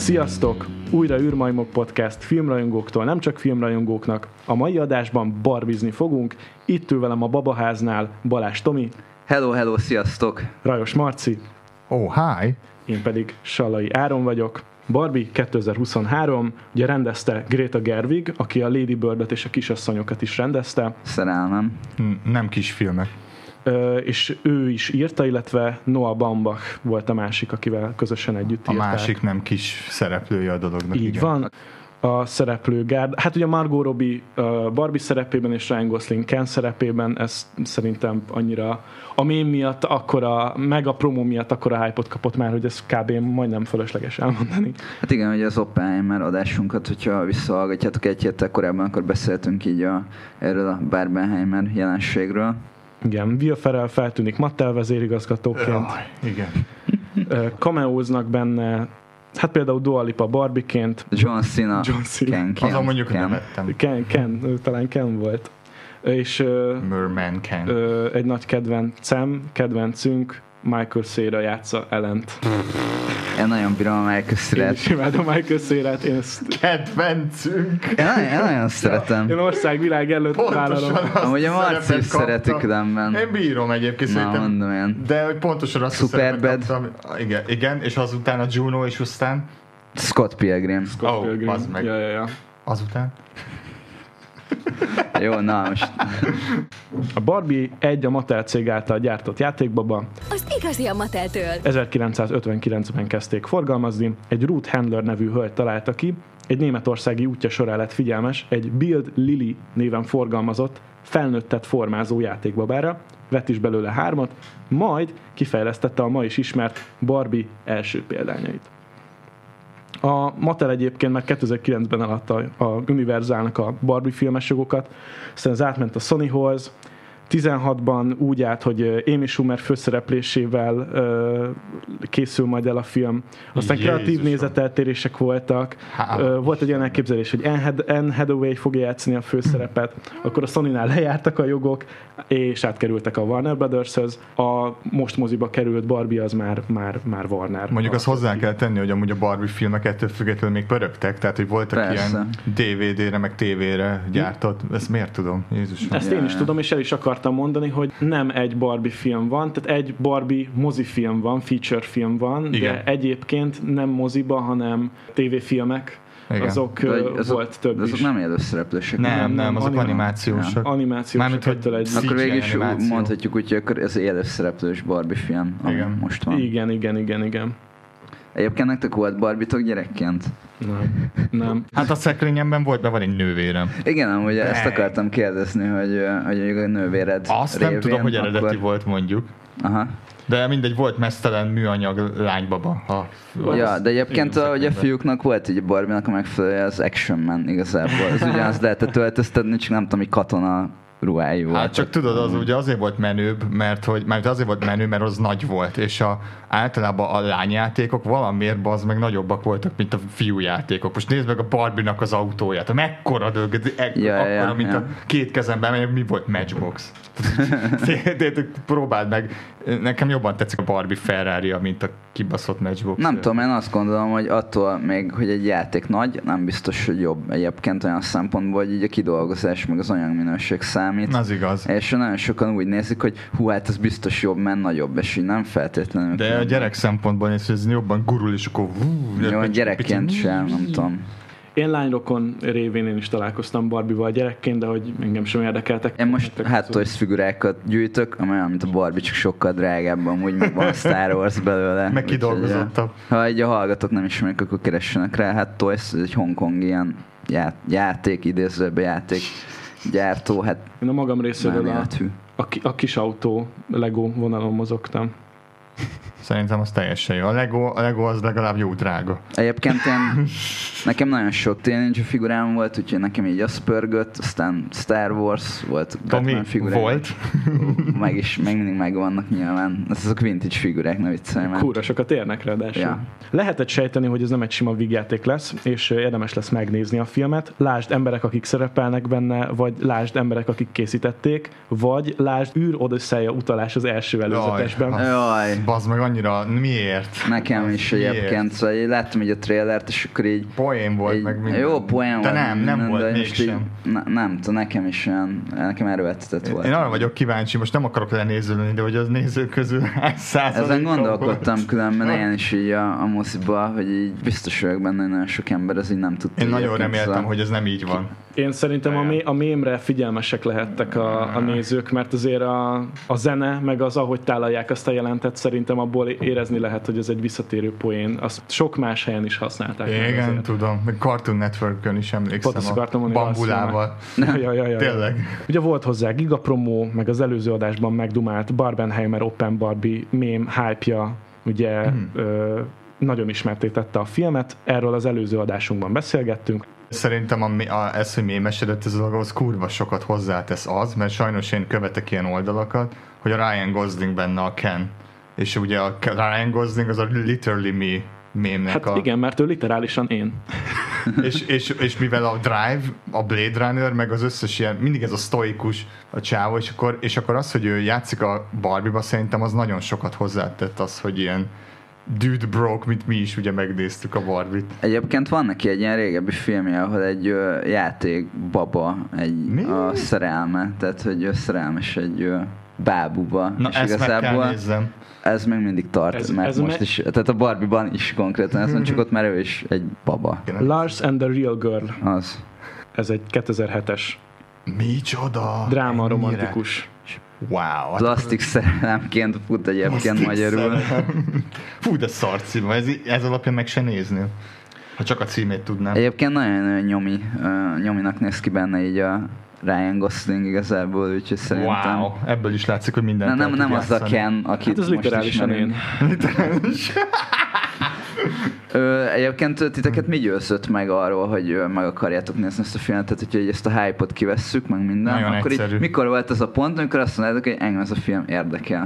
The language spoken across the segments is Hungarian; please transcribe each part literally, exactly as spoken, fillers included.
Sziasztok! Újra űrmajmok podcast filmrajongóktól, nem csak filmrajongóknak. A mai adásban barbizni fogunk. Itt ül velem a Babaháznál Balázs Tomi. Hello, hello, sziasztok! Rajos Marci. Oh, hi! Én pedig Sallai Áron vagyok. Barbie kétezer-huszonhárom, ugye rendezte Greta Gerwig, aki a Lady Bird-öt és a Kisasszonyokat is rendezte. Szerelmem. Nem kisfilmek. Ö, és ő is írta, illetve Noah Baumbach volt a másik, akivel közösen együtt a írták. A másik nem kis szereplője a dolognak. Így igen. van. A szereplőgárd. Hát ugye Margot Robbie Barbie szerepében és Ryan Gosling Ken szerepében, ez szerintem annyira a mém miatt akkora, meg a promó miatt akkora hype-ot kapott már, hogy ez kb. Majdnem fölösleges elmondani. Hát igen, hogy az Oppenheimer adásunkat, hogyha visszahallgatjátok egy héttel korábban, akkor beszéltünk így a, erről a Barbenheimer jelenségről. Igen, Will Ferrell feltűnik Mattel vezérigazgatóként. Oh, igen. Cameóznak benne, hát például Dua Lipa Barbie-ként. John Cena. John Cena. Ken, Ken, Azon mondjuk Ken. nevettem. Ken, Ken, talán Ken volt. És Merman Ken. egy nagy kedvencem, kedvencünk, Michael Cera játsza Ellent. Én nagyon bírom a Michael Cera-t. Én is imádom Michael Cera-t. Én ezt... Kedvencünk! Én nagyon, én nagyon szeretem. Én országvilág előtt vállalom. Amúgy a Marci is szereti különben. Én bírom egyébként Na, szerintem. mondom én. De hogy pontosan azt a Superbad. szerepet kaptam. Igen, igen, és azután a Juno, és aztán... Scott Pilgrim. Scott Oh, Pilgrim. bazd meg. Ja, ja, ja. Azután? Jó, na most. A Barbie egy a Mattel cég által gyártott játékbaba. Az igazi a Matteltől. ezerkilencszázötvenkilencben kezdték forgalmazni, egy Ruth Handler nevű hölgy találta ki, egy németországi útja során lett figyelmes, egy Build Lily néven forgalmazott, felnőttet formázó játékbabára, vett is belőle hármat, majd kifejlesztette a ma is ismert Barbie első példányait. A Mattel egyébként már kétezer-kilencben eladta a Universalnak a Barbie filmes jogokat, aztán ez átment a Sonyhoz, tizenhatban úgy állt, hogy Amy Schumer főszereplésével uh, készül majd el a film. Aztán Jézusom. kreatív nézeteltérések voltak. Uh, volt egy olyan elképzelés, hogy Anne Hathaway fogja játszani a főszerepet. Akkor a Sonynál lejártak a jogok, és átkerültek a Warner Brothershez. A most moziba került Barbie az már, már, már Warner. Mondjuk azt hozzá kell tenni, hogy amúgy a Barbie filmek ettől függetlenül még pörögtek, tehát hogy voltak Persze. ilyen dé vé dére, meg tévére gyártott. Ezt miért tudom? Jézusom. Ezt én is tudom, és el is akartam mondani, hogy nem egy Barbie film van, tehát egy Barbie mozifilm van, feature film van, igen. de egyébként nem moziba, hanem tévéfilmek, igen. azok De uh, azok, volt több azok is. nem élőszereplősek. Nem, nem, nem, azok anima- animációsak. Animációs. Mármint, hogy ettől egy... cé gé Akkor végig is animáció. mondhatjuk úgy, hogy akkor ez élőszereplős Barbie film, ami Igen. most van. Igen, igen, igen, igen. Egyébként nektek volt Barbie-tok gyerekként? Nem. nem. Hát a szekrényemben volt, be van egy nővérem. Igen, amúgy De. ezt akartam kérdezni, hogy, hogy a nővéred Azt révén, nem tudom, hogy eredeti akkor... volt mondjuk. Aha. De mindegy, volt meztelen műanyag lánybaba. Ha Ja, de egyébként Én a, ugye a szekrénben. fiúknak volt így a Barbie-nak a megfelelője az Action Man igazából. Az ugyanazt lehetett öltöztetni, csak nem tudom, hogy katona ruhái volt. Hát csak tudod, az ugye azért volt menőbb, mert hogy, mert azért volt menő, mert az nagy volt, és a, általában a lányjátékok valamiért az meg nagyobbak voltak, mint a fiújátékok. Most nézd meg a Barbie-nak az autóját, a mekkora dög, e, Ja, akkora, ja, mint ja. a két kezemben, mert mi volt Matchbox. Próbáld meg, nekem jobban tetszik a Barbie Ferrari, mint a kibaszott Matchbox. Nem tudom, én azt gondolom, hogy attól még, hogy egy játék nagy, nem biztos, hogy jobb egyébként olyan szempontból, hogy így a kidolgozás meg az anyagminőség számít. Az igaz. És nagyon sokan úgy nézik, hogy hú, hát ez biztos jobb, mert nagyobb, és így nem feltétlenül. De a gyerek szempontból néz, hogy ez jobban gurul, és akkor hú, Jó, gyerekként sem, nem tudom. Én lányrokon révén én is találkoztam Barbie-val gyerekként, de hogy engem sem érdekeltek. Én most Hot Toys figurákat gyűjtök, ami olyan, mint a Barbie, csak sokkal drágább, amúgy meg van Star Wars belőle. Meg Úgyhogy, kidolgozottabb. ha így a hallgatók nem ismerik, akkor keressenek rá. Hot Toys, ez egy hongkongi ilyen já- játék, idézőbe játék gyártó, hát Én a magam részéről nem a, életű. a, ki- a kis autó Lego vonalon mozogtam. Szerintem az teljesen jó. A Lego, a Lego az legalább jó drága. Egyébként én Nekem nagyon sok Teenage figurám volt, úgyhogy nekem így az pörgött, aztán Star Wars volt, Batman figurám. Volt? Meg is, meg mindig megvannak nyilván. Azok vintage figurák, ne viccelj meg. Kúra sokat érnek ráadásul. Ja. Lehetett sejteni, hogy ez nem egy sima vígjáték lesz, és érdemes lesz megnézni a filmet. Lásd emberek, akik szerepelnek benne, vagy lásd emberek, akik készítették, vagy lásd űr Odüsszeja utalás az első előzetesben. Jaj, Jaj. Bazd meg annyira, miért? Nekem is egyébként, szóval én láttam így a trailert, és akkor így... Poén volt, így, meg minden. Jó, poén volt. De nem, nem minden, volt mégsem. Ne, nem, tudom, nekem is olyan, nekem erőltetett volt. Én arra vagyok kíváncsi, most nem akarok lenézőlni, de hogy az nézők közül százalék. Ezen gondolkodtam különben én is így a, a moziba, hogy így biztos vagyok benne, hogy nagyon sok ember az így nem tudta. Én nagyon reméltem, hogy ez nem így van. Én szerintem a, mé- a mémre figyelmesek lehettek a, a nézők, mert azért a, a zene, meg az, ahogy tálalják azt a jelentet, szerintem abból érezni lehet, hogy ez egy visszatérő poén. Azt sok más helyen is használták. Igen, azért. Tudom. Meg Cartoon Network-ön is emlékszem. Pont a mondani, bambulával. Ja, ja, ja, ja. Tényleg. Ugye volt hozzá gigapromó, meg az előző adásban megdumált Barbenheimer Open Barbie mém hype-ja, ugye hmm. ö, nagyon ismerté tette a filmet. Erről az előző adásunkban beszélgettünk. Szerintem a, a, ez, hogy mémesedett ez a dolog, az kurva sokat hozzátesz az, mert sajnos én követek ilyen oldalakat, hogy a Ryan Gosling benne a Ken. És ugye a Ryan Gosling az a literally me mémnek hát a... igen, mert ő literálisan én. és, és, és mivel a Drive, a Blade Runner, meg az összes ilyen, mindig ez a sztoikus a csávó, és akkor, és akkor az, hogy ő játszik a Barbie-ba, szerintem az nagyon sokat hozzátett az, hogy ilyen dude broke, mint mi is ugye megnéztük a Barbie-t. Egyébként van neki egy ilyen régebbi filmje, ahol egy ö, játékbaba egy mi? a szerelme, tehát hogy ő szerelmes egy ö, bábuba. Na és ezt igazából meg kell nézzem. Ez még mindig tart, ez, mert ez most me- is, tehát a Barbie-ban is konkrétan, ez van, csak ott már ő is egy baba. Lars and the Real Girl. Az. Ez egy kétezer-hetes. Micsoda? Dráma, romantikus. Wow. Plastik szerelemként fut egyébként magyarul. Fú, de szar cím, ez, ez alapján meg se nézni. Ha csak a címét tudnám. Egyébként nagyon nyomi, uh, nyominak néz ki benne így a Ryan Gosling igazából, úgyhogy szerintem... Wow, ebből is látszik, hogy mindent nem, nem az a Ken, akit hát az most literálisan én. Literális. Ö, egyébként titeket mi győzött meg arról, hogy meg akarjátok nézni ezt a filmet, tehát hogyha ezt a hype-ot kivesszük, meg minden, nagyon akkor így, mikor volt az a pont, amikor azt mondjátok, hogy engem ez a film érdekel?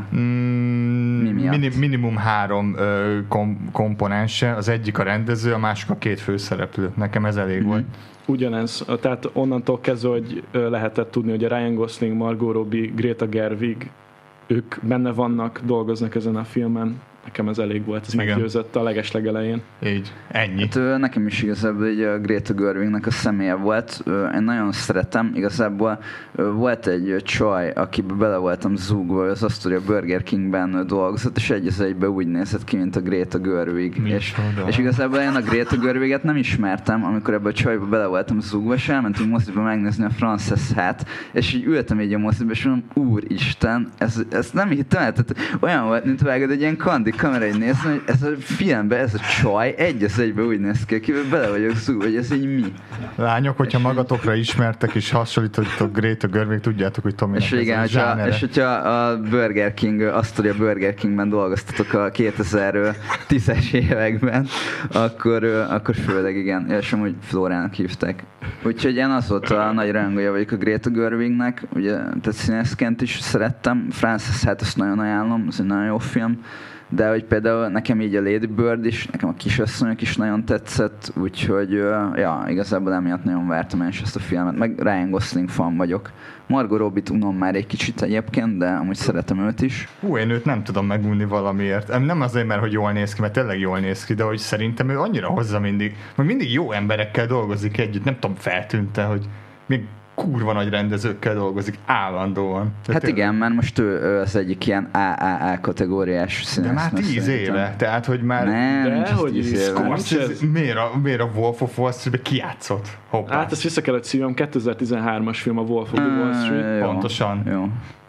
Mm, mi mini, minimum három ö, kom- komponense, az egyik a rendező, a másik a két főszereplő. Nekem ez elég mm-hmm. volt. Ugyanez, tehát onnantól kezdve, hogy lehetett tudni, hogy a Ryan Gosling, Margot Robbie, Greta Gerwig, ők benne vannak, dolgoznak ezen a filmen. Nekem ez elég volt, ez igen. Meggyőzött a legeslegelején. Így, ennyi. Hát, nekem is igazából így a Greta Gerwignek a személye volt. Én nagyon szeretem, igazából volt egy csaj, akibe bele voltam zúgva, az azt, hogy a Burger Kingben dolgozott, és egy az egyben úgy nézett ki, mint a Greta Gerwig. És, és igazából én a Greta Gerwiget nem ismertem, amikor ebbe a csajba bele voltam zúgva, és elmentünk moziba megnézni a Franceszát, és így ültem így a moziba, és mondom, úristen, ez, ez nem hittem el, tehát olyan volt, mint vágod egy ilyen kandi kamera így nézni, hogy ez a filmben ez a csaj egy az egyben úgy néz ki, akivel bele vagyok szó, hogy ez így mi. Lányok, hogyha magatokra ismertek és hasonlítottatok Greta Gerwig, tudjátok, hogy Tominak és igen, ez a hogyha, és hogyha a Burger King, azt, hogy a Burger Kingben dolgoztatok a kétezer-tízes években, akkor, akkor főleg igen, és amúgy Flórának hívták. Úgyhogy én az volt a nagy rajongója vagyok a Greta Gerwignek, ugye, tehát színészként is szerettem, Frances, hát azt nagyon ajánlom, ez egy nagyon jó film, de hogy például nekem így a Lady Bird is, nekem a Kisasszonyok is nagyon tetszett, úgyhogy ja, igazából emiatt nagyon vártam én is ezt a filmet, meg Ryan Gosling fan vagyok. Margot Robbie-t unom már egy kicsit egyébként, de amúgy szeretem őt is. Hú, én őt nem tudom megunni valamiért. Nem azért, mert hogy jól néz ki, mert tényleg jól néz ki, de hogy szerintem ő annyira hozza mindig, meg mindig jó emberekkel dolgozik együtt, nem tudom, feltűnte, hogy még kurva nagy rendezőkkel dolgozik állandóan. De hát tényleg... igen, mert most ő, ő az egyik ilyen á á á kategóriás színész. De már tíz éve, tehát hogy már... Nem, de nincs hogy tíz éve. Miért a, miért a Wolf of Wall Street-be kijátszott? Hoppá. Hát ezt vissza kellett szívjam, kétezer-tizenhármas film a Wolf of the Wall Street. Jó, pontosan. Jó.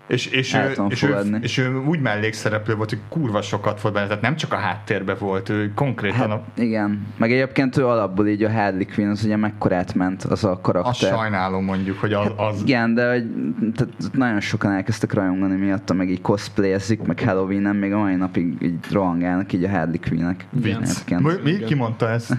És, és, ő, és, ő, és ő úgy mellékszereplő volt, hogy kurva sokat volt benne, tehát nem csak a háttérbe volt, ő konkrétan... Hát, a... Igen, meg egyébként ő alapból így a Harley Quinn, az ugye mekkorát ment az a karakter. Azt sajnálom mondjuk, hogy az... az... Igen, de hogy, tehát nagyon sokan elkezdtek rajongani miatta, meg így cosplayezik, meg Halloween-en, még a mai napig így rohangálnak így a Harley Quinn-ek. Mi, mi ki mondta ezt?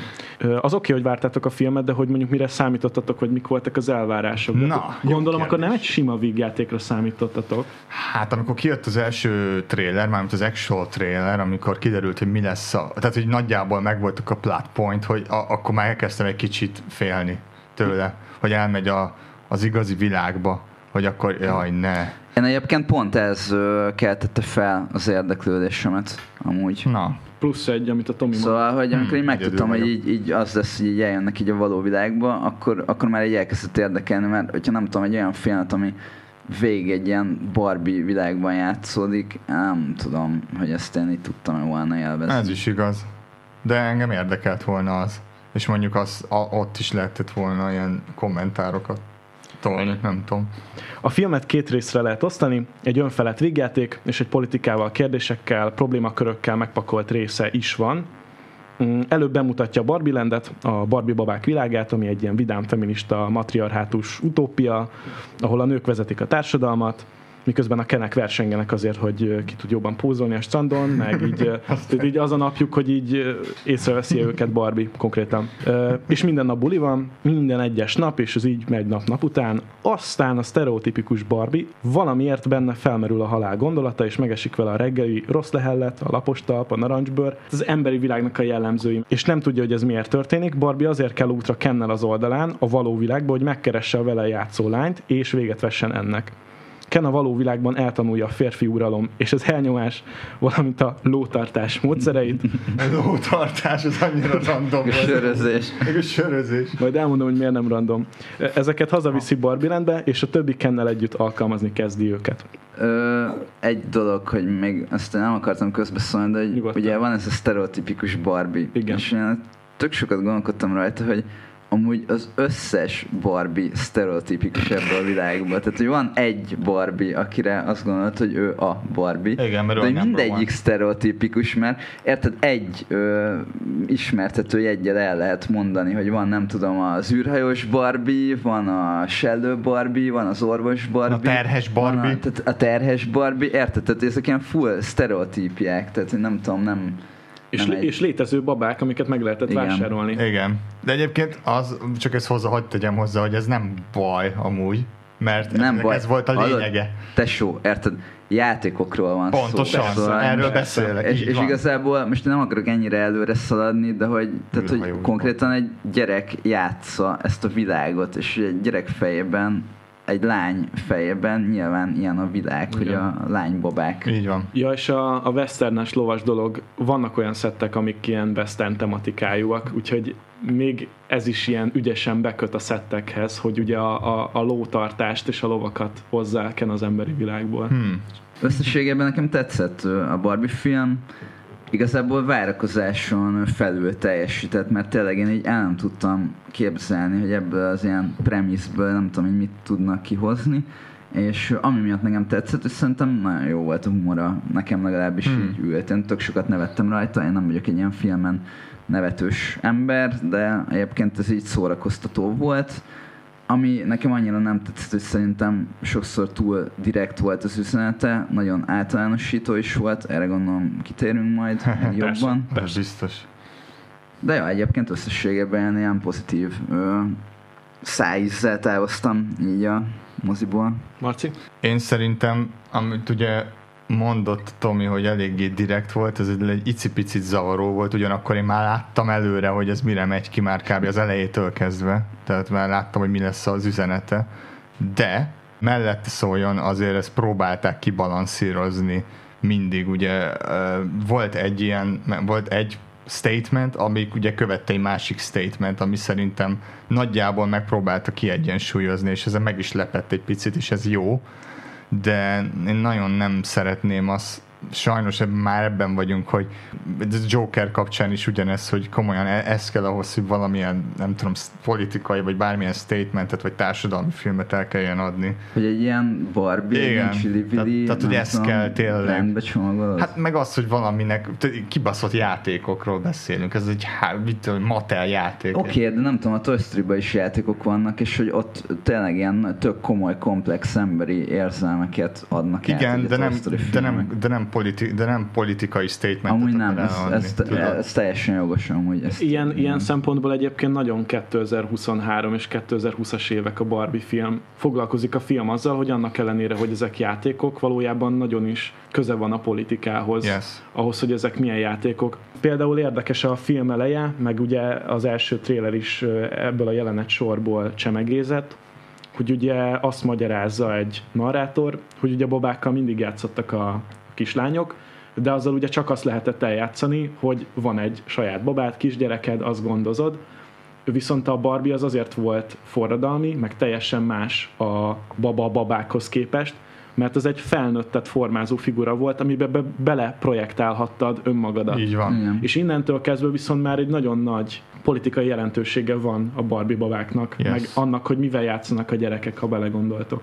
Az oké, hogy vártátok a filmet, de hogy mondjuk mire számítottatok, hogy mik voltak az elvárások? Na, gondolom, akkor nem egy sima vígjátékra számítottatok. Hát amikor kijött az első trailer, mármint az actual trailer, amikor kiderült, hogy mi lesz a... Tehát, hogy nagyjából megvoltak a plot point, hogy a, akkor már elkezdtem egy kicsit félni tőle, hogy elmegy a, az igazi világba, hogy akkor jaj, ne. Én egyébként pont ez ö, keltette fel az érdeklődésemet amúgy. Na. Plusz egy, amit a Tomi mondta. Szóval, hogy amikor hmm, én megtudtam, hogy így, így az lesz, hogy így eljönnek így a való világba, akkor, akkor már így elkezdett érdekelni, mert hogyha nem tudom, egy olyan filmet, ami végig egy ilyen Barbie világban játszódik, nem tudom, hogy ezt én így tudtam volna élvezni. Ez is igaz. De engem érdekelt volna az. És mondjuk az, a, ott is lehetett volna ilyen kommentárokat tolni, nem tudom. A filmet két részre lehet osztani, egy önfelett vígjáték és egy politikával, kérdésekkel, problémakörökkel megpakolt része is van. Előbb bemutatja a Barbie Landet, a Barbie babák világát, ami egy ilyen vidám, feminista, matriarhátus utópia, ahol a nők vezetik a társadalmat, miközben a kenek versengenek azért, hogy ki tud jobban pózolni a strandon, meg így, így az a napjuk, hogy így észreveszi őket Barbie konkrétan. És minden nap buli van, minden egyes nap, és ez így megy nap-nap után. Aztán a sztereotipikus Barbie valamiért benne felmerül a halál gondolata, és megesik vele a reggeli rossz lehellet, a lapostalp, a narancsbőr, az emberi világnak a jellemzői. És nem tudja, hogy ez miért történik. Barbie azért kell útra Kennel az oldalán, a való világba, hogy megkeresse a vele játszó lányt, és véget vessen ennek. Ken a való világban eltanulja a férfi uralom és az elnyomás, valamint a lótartás módszereit. A lótartás, az annyira random. A sörözés. A sörözés. Majd elmondom, hogy miért nem random. Ezeket hazaviszi Barbie Landbe, és a többi Kennel együtt alkalmazni kezdi őket. Ö, egy dolog, hogy még azt nem akartam közbeszólni, de hogy nyugodtan. Ugye van ez a sztereotipikus Barbie. Igen. És én tök sokat gondolkodtam rajta, hogy amúgy az összes Barbie sztereotipikus ebből a világban. Tehát, hogy van egy Barbie, akire azt gondolod, hogy ő a Barbie. Igen, mert de mindegyik sztereotipikus, mert érted, egy ö, ismertető jeggyel el lehet mondani, hogy van, nem tudom, az űrhajós Barbie, van a sellő Barbie, van az orvos Barbie. A terhes Barbie. A, tehát a terhes Barbie, érted? Tehát ezek ilyen full sztereotípiák, tehát nem tudom, nem... És, egy... és létező babák, amiket meg lehetett Igen. vásárolni. Igen. De egyébként az, csak ezt hozzá, hagyd tegyem hozzá, hogy ez nem baj amúgy, mert nem ez, baj. ez volt a lényege. Tesó, érted? Játékokról van Pontosan, szó. Pontosan, erről beszélek. És, és igazából most nem akarok ennyire előre szaladni, de hogy, tehát, hogy konkrétan egy gyerek játsza ezt a világot, és egy gyerek fejében, egy lány fejében nyilván ilyen a világ, igen. Hogy a lánybabák. Így van. Ja, és a, a westernes lovas dolog, vannak olyan szettek, amik ilyen western tematikájúak, úgyhogy még ez is ilyen ügyesen beköt a szettekhez, hogy ugye a, a, a lótartást és a lovakat hozzá kell az emberi világból. Hmm. Összességében nekem tetszett a Barbie film, igazából várakozáson felül teljesített, mert tényleg én így el nem tudtam képzelni, hogy ebből az ilyen premiszből nem tudom, hogy mit tudnak kihozni, és ami miatt nekem tetszett, és szerintem nagyon jó volt a humora, nekem legalábbis hmm. így ült. Én tök sokat nevettem rajta, én nem vagyok egy ilyen filmen nevetős ember, de egyébként ez így szórakoztató volt. Ami nekem annyira nem tetszett, hogy szerintem sokszor túl direkt volt az üzenete, nagyon általánosító is volt, erre gondolom kitérünk majd jobban. Persze, biztos. De jó, egyébként összességében ilyen pozitív ö, szájízzel távoztam így a moziból. Marci? Én szerintem, amit ugye mondott Tomi, hogy eléggé direkt volt, ez egy icipicit zavaró volt, ugyanakkor én már láttam előre, hogy ez mire megy ki már kb. Az elejétől kezdve, tehát már láttam, hogy mi lesz az üzenete, de mellette szóljon, azért ezt próbálták kibalanszírozni mindig, ugye volt egy ilyen, volt egy statement, ami ugye követte egy másik statement, ami szerintem nagyjából megpróbálta kiegyensúlyozni, és ezen meg is lepett egy picit, és ez jó, de én nagyon nem szeretném azt, sajnos már ebben vagyunk, hogy Joker kapcsán is ugyanez, hogy komolyan ez kell ahhoz, hogy valamilyen, nem tudom, politikai, vagy bármilyen statementet, vagy társadalmi filmet el kelljen adni. Hogy egy ilyen Barbie, egy csili-vili, tehát, hogy ezt kell tényleg. Rendbe csomagolod. Hát meg az, hogy valaminek kibaszott játékokról beszélünk, ez egy Mattel játék. Oké, okay, de nem tudom, a Toy Story-ban is játékok vannak, és hogy ott tényleg ilyen tök komoly, komplex emberi érzelmeket adnak át. Igen, de nem, de, nem, de, nem politi- de nem politikai statementet. Amúgy nem, ez, ez, ez teljesen jogos amúgy. Ezt ilyen, ilyen szempontból egyébként nagyon kétezer-huszonhárom és kétezer-húszas évek a Barbie film. Foglalkozik a film azzal, hogy annak ellenére, hogy ezek játékok, valójában nagyon is köze van a politikához, yes. ahhoz, hogy ezek milyen játékok. Például érdekes a film eleje, meg ugye az első tréler is ebből a jelenet sorból csemegézett, hogy ugye azt magyarázza egy narrátor, hogy ugye babákkal mindig játszottak a kislányok, de azzal ugye csak azt lehetett eljátszani, hogy van egy saját babád, kisgyereked, azt gondozod, viszont a Barbie az azért volt forradalmi, meg teljesen más a baba-babákhoz képest, mert ez egy felnőttet formázó figura volt, amiben be- beleprojektálhattad önmagadat. Így van. Igen. És innentől kezdve viszont már egy nagyon nagy politikai jelentősége van a Barbie babáknak, yes. meg annak, hogy mivel játszanak a gyerekek, ha belegondoltok.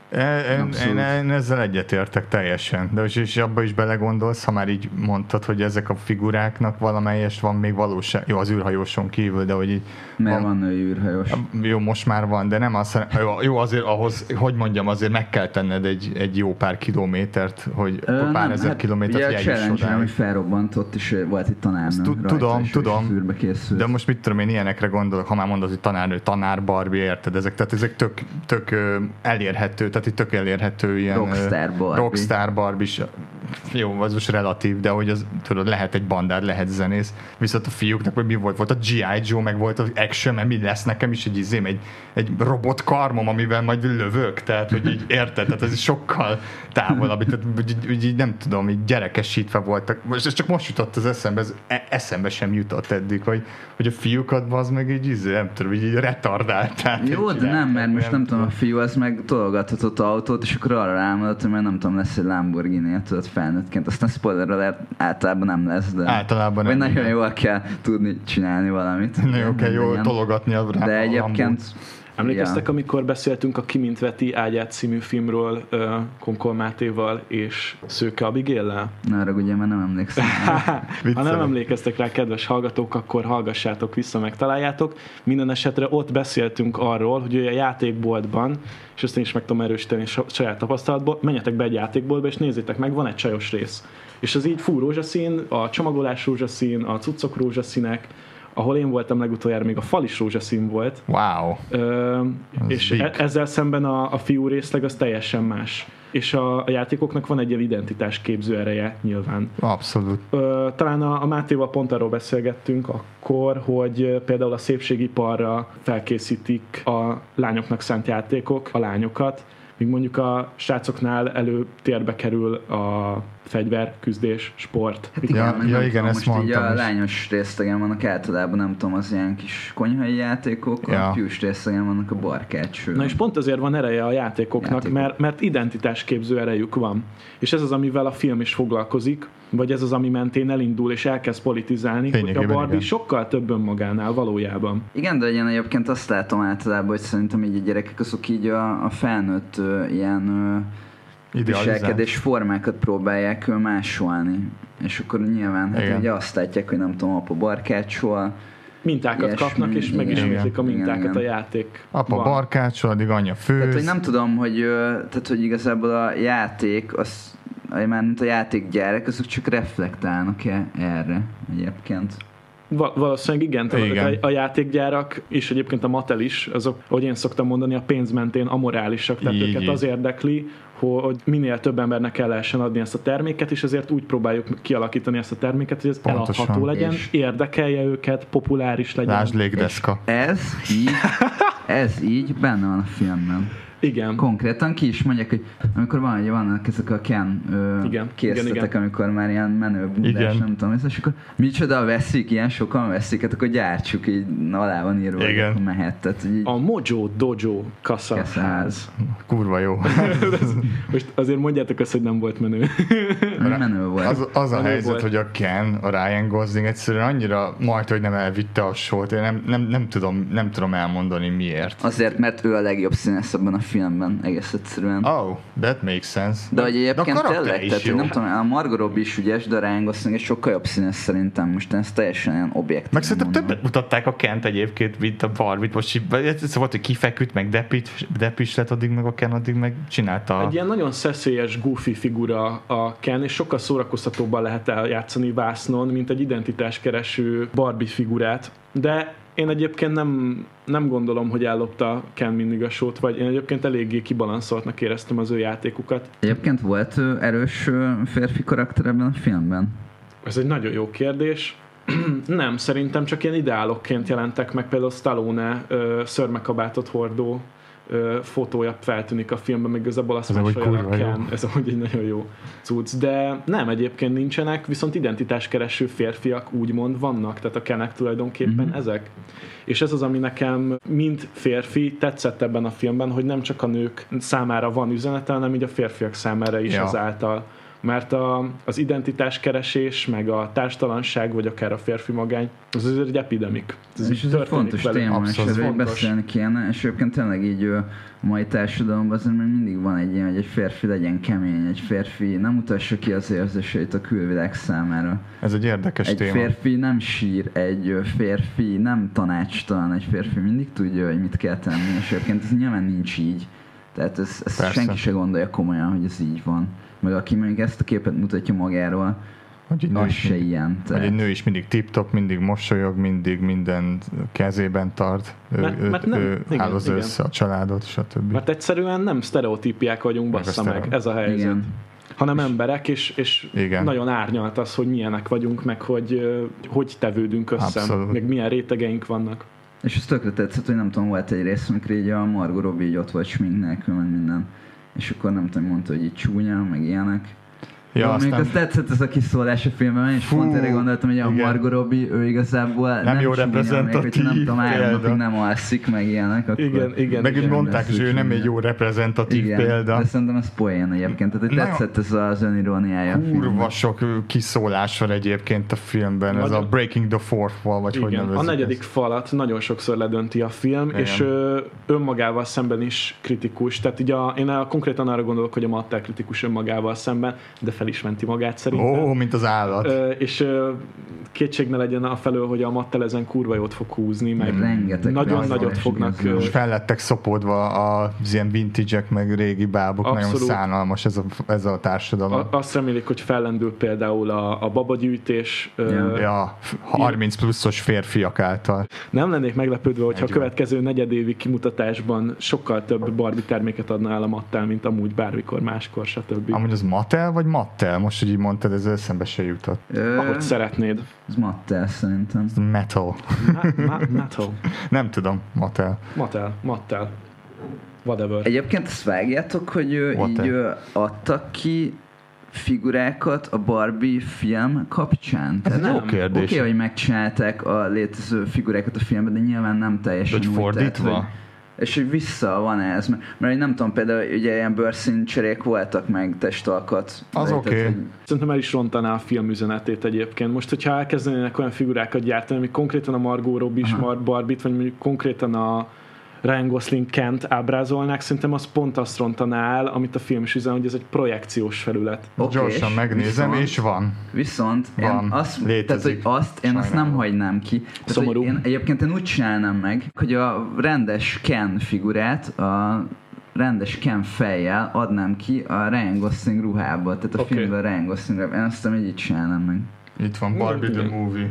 Én, én, én ezzel egyetértek teljesen, de és abba is belegondolsz, ha már így mondtad, hogy ezek a figuráknak valamelyest van még valóság, jó, az űrhajóson kívül, de hogy így... Mert van, van női űrhajós. Jó, most már van, de nem az, jó, jó azért ahhoz, hogy mondjam, azért meg kell tenned egy, egy jó pár kilométert, hogy Ö, pár nem, ezer hát kilométert, hogy eljuss odáig. Ugye a challenge, ami felrobbantott, és volt itt tanárnő rajta, tudom, és tudom, de most mit tudom én ilyenekre gondolok, ha már mondod, hogy tanárnő, tanár Barbie, érted, ezek, tehát ezek tök, tök elérhető, tehát itt tök elérhető ilyen Rockstar Barbie. Rockstar Barbie is. Jó, az most relatív, de hogy az, tudod, lehet egy bandár, lehet zenész. Viszont a fiúknak, vagy mi volt? Volt a gé i. Joe, meg volt az action, mert mi lesz nekem is egy izém, egy, egy robot karmom, amivel majd lövök, tehát, hogy így érted, tehát ez sokkal távolabb, tehát úgy, úgy, így nem tudom, így gyerekesítve voltak. Most ez csak most jutott az eszembe, ez eszembe sem jutott eddig, hogy, hogy a fiúkat az meg így, így nem tudom, így, így retardált. Jó, de nem, mert most nem tudom, a fiú az meg tologathatott autót, és akkor arra rámadott, hogy mert nem tudom, lesz egy Lamborghini, tudod, felnőttként. Aztán spoiler alert, általában nem lesz, de általában nem. Vagy nagyon jól kell tudni csinálni valamit. Nagyon kell jól tologatni a De egyébként... Emlékeztek, ja. amikor beszéltünk a Ki mint Veti ágyát című filmről uh, Konkol Mátéval és Szőke Abigaillel? Na, arra ugye már nem emlékszem. Ha nem emlékeztek rá, kedves hallgatók, akkor hallgassátok vissza, megtaláljátok. Minden esetre ott beszéltünk arról, hogy a játékboltban, és ezt én is meg tudom erősíteni saját tapasztalatból, menjetek be egy játékboltba, és nézzétek meg, van egy csajos rész. És az így fú rózsaszín, a csomagolás rózsaszín, a cuccok rózsaszínek, ahol én voltam legutoljára, még a fal is rózsaszín volt. Wow. Ö, és e- ezzel szemben a, a fiú részleg az teljesen más. És a, a játékoknak van egy ilyen identitásképző ereje nyilván. Abszolút. Ö, talán a, a Mátéval pont arról beszélgettünk akkor, hogy például a szépségiparra felkészítik a lányoknak szánt játékok, a lányokat, míg mondjuk a srácoknál előtérbe kerül a fegyver, küzdés, sport. Hát igen, ja, ja, igen, ezt most így a lányos részlegen vannak általában, nem tudom, az ilyen kis konyhai játékok, ja. A fiús részlegen vannak a barkács. Na és pont azért van ereje a játékoknak, Játékok. mert, mert identitásképző erejük van. És ez az, amivel a film is foglalkozik, vagy ez az, ami mentén elindul és elkezd politizálni, hogy a Barbie igen. sokkal több önmagánál valójában. Igen, de ilyen egyébként azt látom általában, hogy szerintem így a gyerekek azok így a, a felnőtt uh, ilyen uh, viselkedés formákat próbálják uh, másolni. És akkor nyilván hát ugye azt látják, hogy nem tudom, apa barkácsol, mintákat ilyesmi, kapnak, és megismétlik a mintákat igen, a játék. Apa barkácsol, addig anya főz. Tehát, hogy nem tudom, hogy, tehát, hogy igazából a játék, az, már mint a játékgyárek, azok csak reflektálnak-e erre egyébként? Val- valószínűleg igen, igen. A, a játékgyárak és egyébként a Mattel is, azok, ahogy én szoktam mondani, a pénz mentén amorálisak, tehát így, őket így. Az érdekli, hogy minél több embernek el lehessen adni ezt a terméket, és ezért úgy próbáljuk kialakítani ezt a terméket, hogy ez pontosan. Eladható legyen, és érdekelje őket, populáris legyen. Lásd légdeszka. Ez így, ez így benne van a filmben. Igen. Konkrétan ki is mondják, hogy amikor van, hogy vannak ezek a Ken készletek, amikor már ilyen menő bundás, nem tudom, és akkor micsoda veszik, ilyen sokan veszik, hát akkor gyártsuk, így alá van írva, hogy akkor mehet. Tehát, így... A Mojo Dojo kassaház. Kurva jó. Most azért mondjátok azt, hogy nem volt menő. menő volt. Az, az a Menő helyzet, volt. hogy a Ken, a Ryan Gosling egyszerűen annyira majd, hogy nem elvitte a sót. Én nem, nem, nem, tudom, nem tudom elmondani miért. Azért, mert ő a legjobb színész ebben a filmben, egész egyszerűen. Oh, that makes sense. De hogy De a egyébként karaktere tényleg, is tehát jó. hogy nem tudom, a Margot Robbie is ügyes, de a Ryan Gosling egy sokkal jobb színész szerintem, most ez teljesen ilyen objektív. Meg szerintem többet mutatták a Kent egyébként, mint a Barbie-t. Most így, ez volt, hogy kifeküdt, meg depit, depis lett addig, meg a Ken addig meg csinálta. Egy ilyen nagyon szeszélyes, goofy figura a Ken, és sokkal szórakoztatóbban lehet eljátszani vásznon, mint egy identitáskereső Barbie figurát. De én egyébként nem, nem gondolom, hogy ellopta Ken mindig a sót, vagy én egyébként eléggé kibalanszoltnak éreztem az ő játékukat. Egyébként volt ő erős ö, férfi karakter ebben a filmben? Ez egy nagyon jó kérdés. Nem, szerintem csak ilyen ideálokként jelentek meg, például Stallone ö, szörmekabátot hordó ö, fotója feltűnik a filmben, még igazából azt Ez amúgy másolja a kurva jó. Ken. Ez amúgy egy nagyon jó cucc. De nem, egyébként nincsenek, viszont identitáskereső férfiak úgymond vannak, tehát a Kenek tulajdonképpen Mhm. ezek. És ez az, ami nekem mint férfi tetszett ebben a filmben, hogy nem csak a nők számára van üzenete, hanem így a férfiak számára is Ja. azáltal. Mert a, az identitáskeresés, meg a társtalanság, vagy akár a férfi magány, az azért egy epidemik. Ez És így ez egy történik fontos velünk. téma, és Abszolút erről így fontos. beszélni kéne, és egyébként tényleg így ö, a mai társadalomban azért még mindig van egy ilyen, hogy egy férfi legyen kemény, egy férfi nem mutassa ki az érzéseit a külvilág számára. Ez egy érdekes Egy téma. férfi nem sír, egy ö, férfi nem tanácstalan, egy férfi mindig tudja, hogy mit kell tenni, és egyébként ez nyilván nincs így. Tehát ez, ez Persze. senki se gondolja komolyan, hogy ez így van. Meg aki mondjuk ezt a képet mutatja magáról, Hogy egy nő az is se mindig- ilyen. Hogy egy Tehát nő is mindig tip-top, mindig mosolyog, mindig minden kezében tart, ő, Mert- ő, mert nem- ő igen, hálózza igen. össze a családot, stb. Mert egyszerűen nem sztereotípiák vagyunk, Meg a bassza meg, sztereotíp- ez a helyzet. igen. Hanem emberek, és, és Igen. nagyon árnyalt az, hogy milyenek vagyunk, meg hogy ö, hogy tevődünk össze, Abszolút. meg milyen rétegeink vannak. És ez tökre tetszett, hogy nem tudom, volt egy rész, amikor így a Margot Robbie így ott volt smink nélkül, meg minden. És akkor nem tudom, mondta, hogy így csúnya, meg ilyenek. Ja, Ja, aztán még az tetszett ez a kis szólás a filmben, és Fú, pont erre gondoltam, hogy a igen. Margot Robbie, ő igazából nem, Nem jó csúnya, reprezentatív még, hogyha nem tudom, három példa. napig nem alszik, meg ilyenek, akkor... Igen, igen. meg úgy igen. mondták, hogy ő nem egy jó reprezentatív Igen, példa. de szerintem ez poén egyébként, tehát hogy Nagyon- tetszett ez az öniróniája a Kurva filmnek. sok ö, kiszólás van egyébként a filmben, ez Nagyon- a Breaking the Fourth Wall, vagy hogy Igen, nevezik a negyedik ezt. falat nagyon sokszor ledönti a film, Igen. és ö, önmagával szemben is kritikus. Tehát így a, én a, konkrétan arra gondolok, hogy a Mattel kritikus önmagával szemben, de fel is menti magát szerintem. Ó, mint az állat. Ö, és ö, kétség ne legyen afelől, hogy a Mattel ezen kurva jót fog húzni, meg Rengeteg nagyon pénz van, nagyot és fognak. igazán. ö, És fel lettek szopódva az ilyen vintage-ek, meg régi bábok. Abszolút. Nagyon szánalmas ez a, ez a társadalom. a, azt remélik, hogy fellendül például a, a babagyűjtés. ö, Ja. Ja, harminc pluszos férfiak által. Nem lennék meglepődve, hogyha a negyven. következő negyedévi kimutatásban sokkal több Barbie terméket adna el a Mattel, mint amúgy bármikor máskor, stb. Amúgy az Mattel vagy Mattel? Most, hogy így mondtad, ez eszembe se jutott. Ö, Ahogy szeretnéd. Ez Mattel szerintem. Ez Metal. Ma- ma- Metal. Nem tudom, Mattel. Mattel. Mattel. Whatever. Egyébként azt vágjátok, hogy ő What így the- ő adtak ki figurákat a Barbie film kapcsán? Ez Nem. jó kérdés. Oké, okay, hogy megcsinálták a létező figurákat a filmben, de nyilván nem teljesen Hogy úgy. fordítva? Tehát, hogy, és hogy vissza van ez, mert, mert nem tudom, például ugye ilyen bőrszíncserék voltak, meg testalkat. Az Tehát, oké. hogy- Szerintem el is rontaná a film üzenetét egyébként. Most, hogyha elkezdenének olyan figurákat gyártani, ami konkrétan a Margot Robbie is Aha. Mar Barbie-t, vagy mondjuk konkrétan a Ryan Gosling Kent ábrázolnák, szerintem az pont azt rontaná el, amit a film is üzen, hogy ez egy projekciós felület. Oké, Gyorsan és megnézem, viszont- és van. Viszont Van, én azt, létezik. tehát, hogy azt én azt nem Sajnálom. hagynám ki. Tehát, Szomorú. hogy én, egyébként én úgy csinálnám meg, hogy a rendes Ken figurát a rendes Ken fejjel adnám ki a Ryan Gosling ruhába. Tehát a Oké. filmben Ryan Gosling ruhába. Én azt hiszem, hogy így csinálnám meg. Itt van Barbie the Igen. Movie.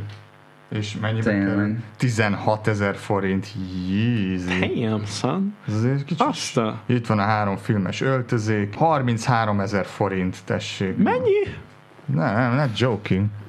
És mennyibe Tényleg. kerül? tizenhatezer forint. Jézi. Damn, son. Ez azért kicsit. Azt a... Itt van a három filmes öltözék. harmincháromezer forint, tessék. Mennyi? Nem, nem, not joking.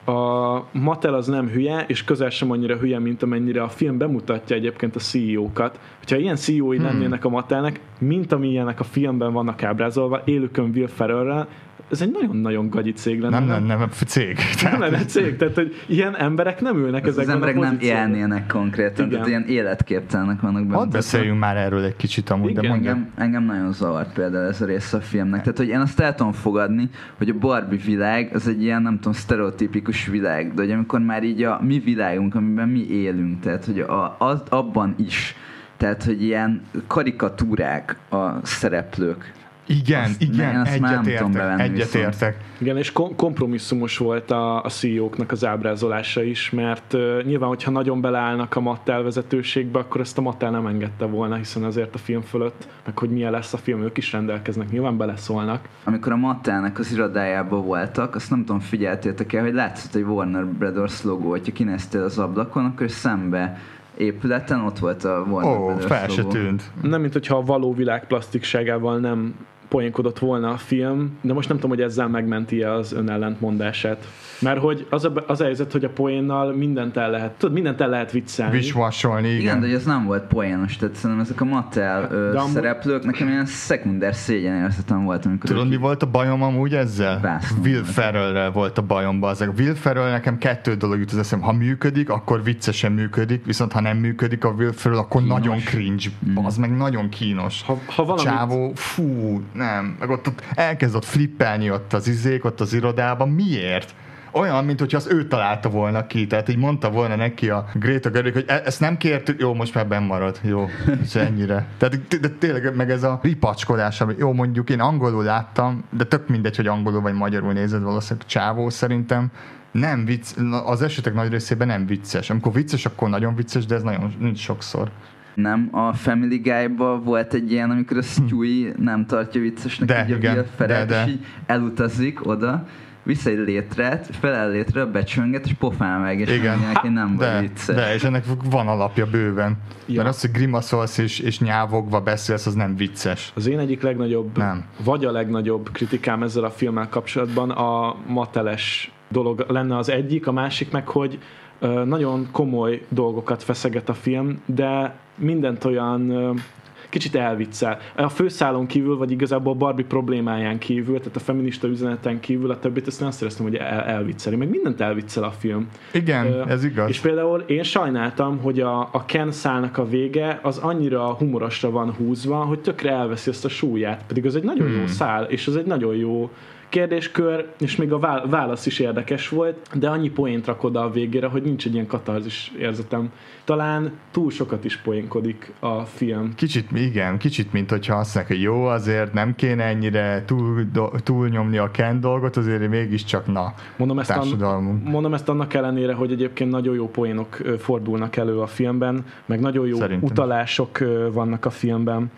a Mattel az nem hülye, és közel sem annyira hülye, mint amennyire a film bemutatja egyébként a cé í ó-kat. Hogyha ilyen cé í ó-i hmm. lennének a Mattelnek, mint amilyenek a filmben vannak ábrázolva, élükön Will Ferrell-rel, ez egy nagyon-nagyon gagyi cég lenne. Nem, nem, nem, cég. Nem lenne cég, tehát hogy ilyen emberek nem ülnek ez ezekben az emberek a nem élnének konkrétan, tehát ilyen életképtelenek vannak benne. Hadd beszéljünk már erről egy kicsit amúgy, Igen. de engem, engem nagyon zavart például ez a része a filmnek. Tehát, hogy én azt el tudom fogadni, hogy a Barbie világ az egy ilyen, nem tudom, sztereotipikus világ, de hogy amikor már így a mi világunk, amiben mi élünk, tehát, hogy a, az, abban is, tehát, hogy ilyen karikatúrák a szereplők. Igen, azt, igen, egyetértek, egyetértek. Igen, és kom- kompromisszumos volt a, a cé í ó-knak az ábrázolása is, mert uh, nyilván, hogyha nagyon beleállnak a Mattel vezetőségbe, akkor ezt a Mattel nem engedte volna, hiszen azért a film fölött, meg hogy milyen lesz a film, ők is rendelkeznek, nyilván beleszólnak. Amikor a Mattelnek az irodájában voltak, azt nem tudom, figyeltétek el, hogy látszott egy Warner Brothers logó, hogyha kinéztél az ablakon, akkor szembe épületen ott volt a Warner Ó, Brothers fel se logó. tűnt. Nem, mint hogyha a való világ plastikságával nem poénkodott volna a film, de most nem tudom, hogy ezzel megmenti-e az önellentmondását. Mert hogy az a, az a helyzet, hogy a poénnal mindent el lehet, tudod, mindent el lehet viccelni. Visvasolni, igen. Igen, de hogy ez nem volt poénos, tehát szerintem ezek a Mattel ö, amúgy... szereplők, nekem ilyen szekunder szégyenérzetem volt, amikor... Tudod, mi volt a bajom amúgy ezzel? Bászom. Will Ferrellrel volt a bajom, bazzeg. Will Ferrell nekem kettő dolog jut az eszem. Ha működik, akkor viccesen működik, viszont ha nem működik a Will Ferrell, akkor kínos. Nagyon cringe. Mm. Az meg nagyon kínos. Ha, ha valamit... Csávó, fú, nem. Meg ott, ott elkezd ott flippelni ott az izék, ott az irodában. Miért? Olyan, mint hogyha az ő találta volna ki, tehát így mondta volna neki a Greta Gerwig, hogy e- ezt nem kértük, jó, most már benn marad, jó, és ennyire. Tehát de tényleg meg ez a ripacskodás, ami jó, mondjuk én angolul láttam, de tök mindegy, hogy angolul vagy magyarul nézed, valószínűleg csávó szerintem, nem vicc, az esetek nagy részében nem vicces. Amikor vicces, akkor nagyon vicces, de ez nagyon nincs sokszor. Nem, a Family Guy-ban volt egy ilyen, amikor a Stewie nem tartja viccesnek, de, így a Will Ferrell, és így elutazik oda, vissza egy létrát, felel létre, becsönget, és pofán meg, és mondják, hogy nem de, vagy vicces. De, és ennek van alapja bőven. Ja. Mert az, hogy grimaszolsz és, és nyávogva beszélsz, az nem vicces. Az én egyik legnagyobb, nem. vagy a legnagyobb kritikám ezzel a filmmel kapcsolatban a Matteles dolog lenne az egyik, a másik meg, hogy ö, nagyon komoly dolgokat feszeget a film, de mindent olyan... Ö, kicsit elviccel. A főszálon kívül, vagy igazából a Barbie problémáján kívül, tehát a feminista üzeneten kívül, a többit ezt nem szereztem, hogy el, elvicceli. Meg mindent elviccel a film. Igen, uh, ez igaz. És például én sajnáltam, hogy a, a Ken szálnak a vége az annyira humorosra van húzva, hogy tökre elveszi ezt a súlyát. Pedig az egy nagyon hmm. jó szál, és az egy nagyon jó kérdéskör, és még a válasz is érdekes volt, de annyi poént rak oda a végére, hogy nincs egy ilyen katarzis érzetem. Talán túl sokat is poénkodik a film. Kicsit, igen, kicsit, mint hogyha azt mondják, hogy jó, azért nem kéne ennyire túl, do, túl nyomni a Ken dolgot, azért mégiscsak na, mondom ezt, társadalmunk. An, mondom ezt annak ellenére, hogy egyébként nagyon jó poénok fordulnak elő a filmben, meg nagyon jó Szerintem. utalások vannak a filmben.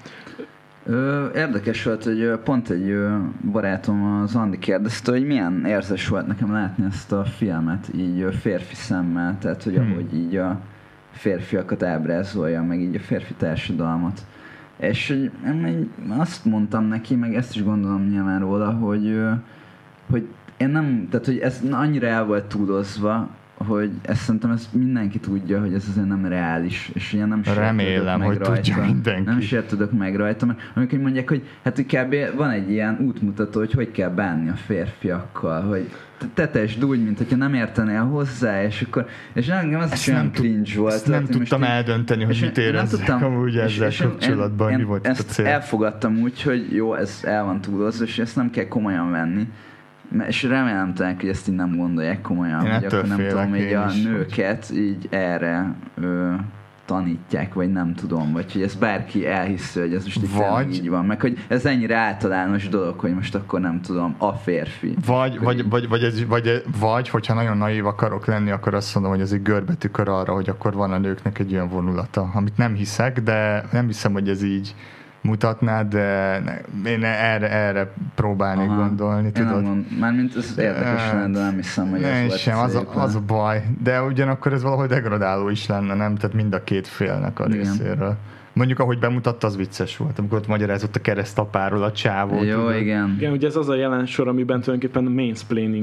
Ö, érdekes volt, hogy pont egy barátom, az Andi kérdezte, hogy milyen érzés volt nekem látni ezt a filmet így férfi szemmel, tehát hogy hmm. ahogy így a férfiakat ábrázolja, meg így a férfi társadalmat. És én azt mondtam neki, meg ezt is gondolom nyilván róla, hogy, hogy én nem, tehát hogy ez annyira el volt túlozva, hogy ezt szerintem ezt mindenki tudja, hogy ez azért nem reális, és ilyen nem remélem, hogy rajta. Tudja mindenki. Nem sértődök meg rajta, mert amikor mondják, hogy hát kb. Van egy ilyen útmutató, hogy hogy kell bánni a férfiakkal, hogy tetesd úgy, mint hogyha nem értenél hozzá, és akkor, és engem az ezt is olyan cringe volt. Ezt nem tudtam eldönteni, hogy mit érezzek amúgy ezzel és kapcsolatban, én, mi volt ezt a cél. Elfogadtam úgy, hogy jó, ez el van túlozva, és ezt nem kell komolyan venni. És remélem talán, hogy ezt így nem gondolják komolyan, én hogy akkor nem tudom, hogy a is, nőket hogy... így erre ö, tanítják, vagy nem tudom, vagy hogy ez bárki elhiszi, hogy ez most így, vagy... így van, meg hogy ez ennyire általános dolog, hogy most akkor nem tudom, a férfi. Vagy, vagy, így... vagy, vagy, ez, vagy, vagy, hogyha nagyon naív akarok lenni, akkor azt mondom, hogy ez egy görbetükör arra, hogy akkor van a nőknek egy olyan vonulata, amit nem hiszek, de nem hiszem, hogy ez így mutatná, de ne, én erre, erre próbálnék Aha. gondolni, tudod? Mármint ez érdekes lenne, de nem hiszem, hogy ez volt sem, az a, az a baj. De ugyanakkor ez valahogy degradáló is lenne, nem? Tehát mind a két félnek a Igen. részéről. Mondjuk, ahogy bemutatta, az vicces volt, amikor ott magyarázott a keresztapáról a csávót. Jó, tudod? igen. Igen, ugye ez az a jelen sor, amiben tulajdonképpen mansplaining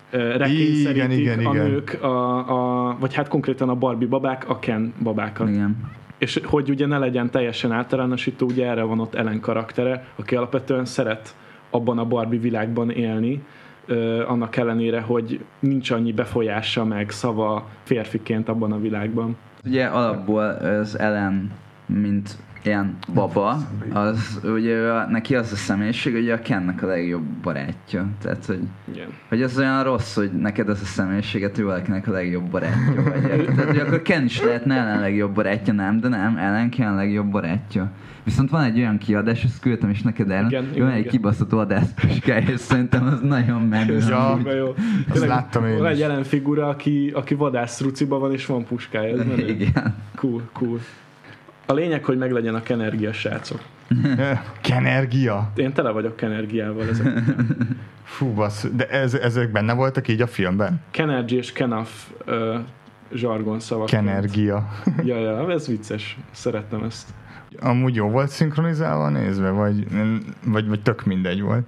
rekényszerítik igen, a igen. nők, a, a, vagy hát konkrétan a Barbie babák, a Ken babákat. Igen. És hogy ugye ne legyen teljesen általánosító, ugye erre van ott Ellen karaktere, aki alapvetően szeret abban a Barbie világban élni, uh, annak ellenére, hogy nincs annyi befolyása meg szava férfiként abban a világban. Ugye alapból az Ellen, mint ilyen baba, az ugye neki az a személyiség, hogy a Kennek a legjobb barátja. Tehát, hogy, Igen. hogy az olyan rossz, hogy neked az a személyiséget, hogy valakinek a legjobb barátja vagy. Tehát, hogy akkor Ken is lehetne Ellen legjobb barátja, nem, de nem, Ellen Ken legjobb barátja. Viszont van egy olyan kiadás, ezt küldtem is neked el, Igen, van igen, egy igen. kibaszott vadászpuskája, és szerintem az nagyon menő. Ja. Kurva jó. Azt Tényleg láttam én van egy is. jelen figura, aki, aki vadász ruciba van, és van puskája. Ez menő. Igen. Cool, cool. A lényeg, hogy meglegyen a Kenergia, srácok. Kenergia? Én tele vagyok Kenergiával ezek. Fú, bassz. De ez, ezek benne voltak így a filmben? Kenergy és Kenaf uh, zsargon szavak. Kenergia. Ja, ja, ez vicces. Szerettem ezt. Amúgy jó volt szinkronizálva nézve, vagy, vagy, vagy tök mindegy volt?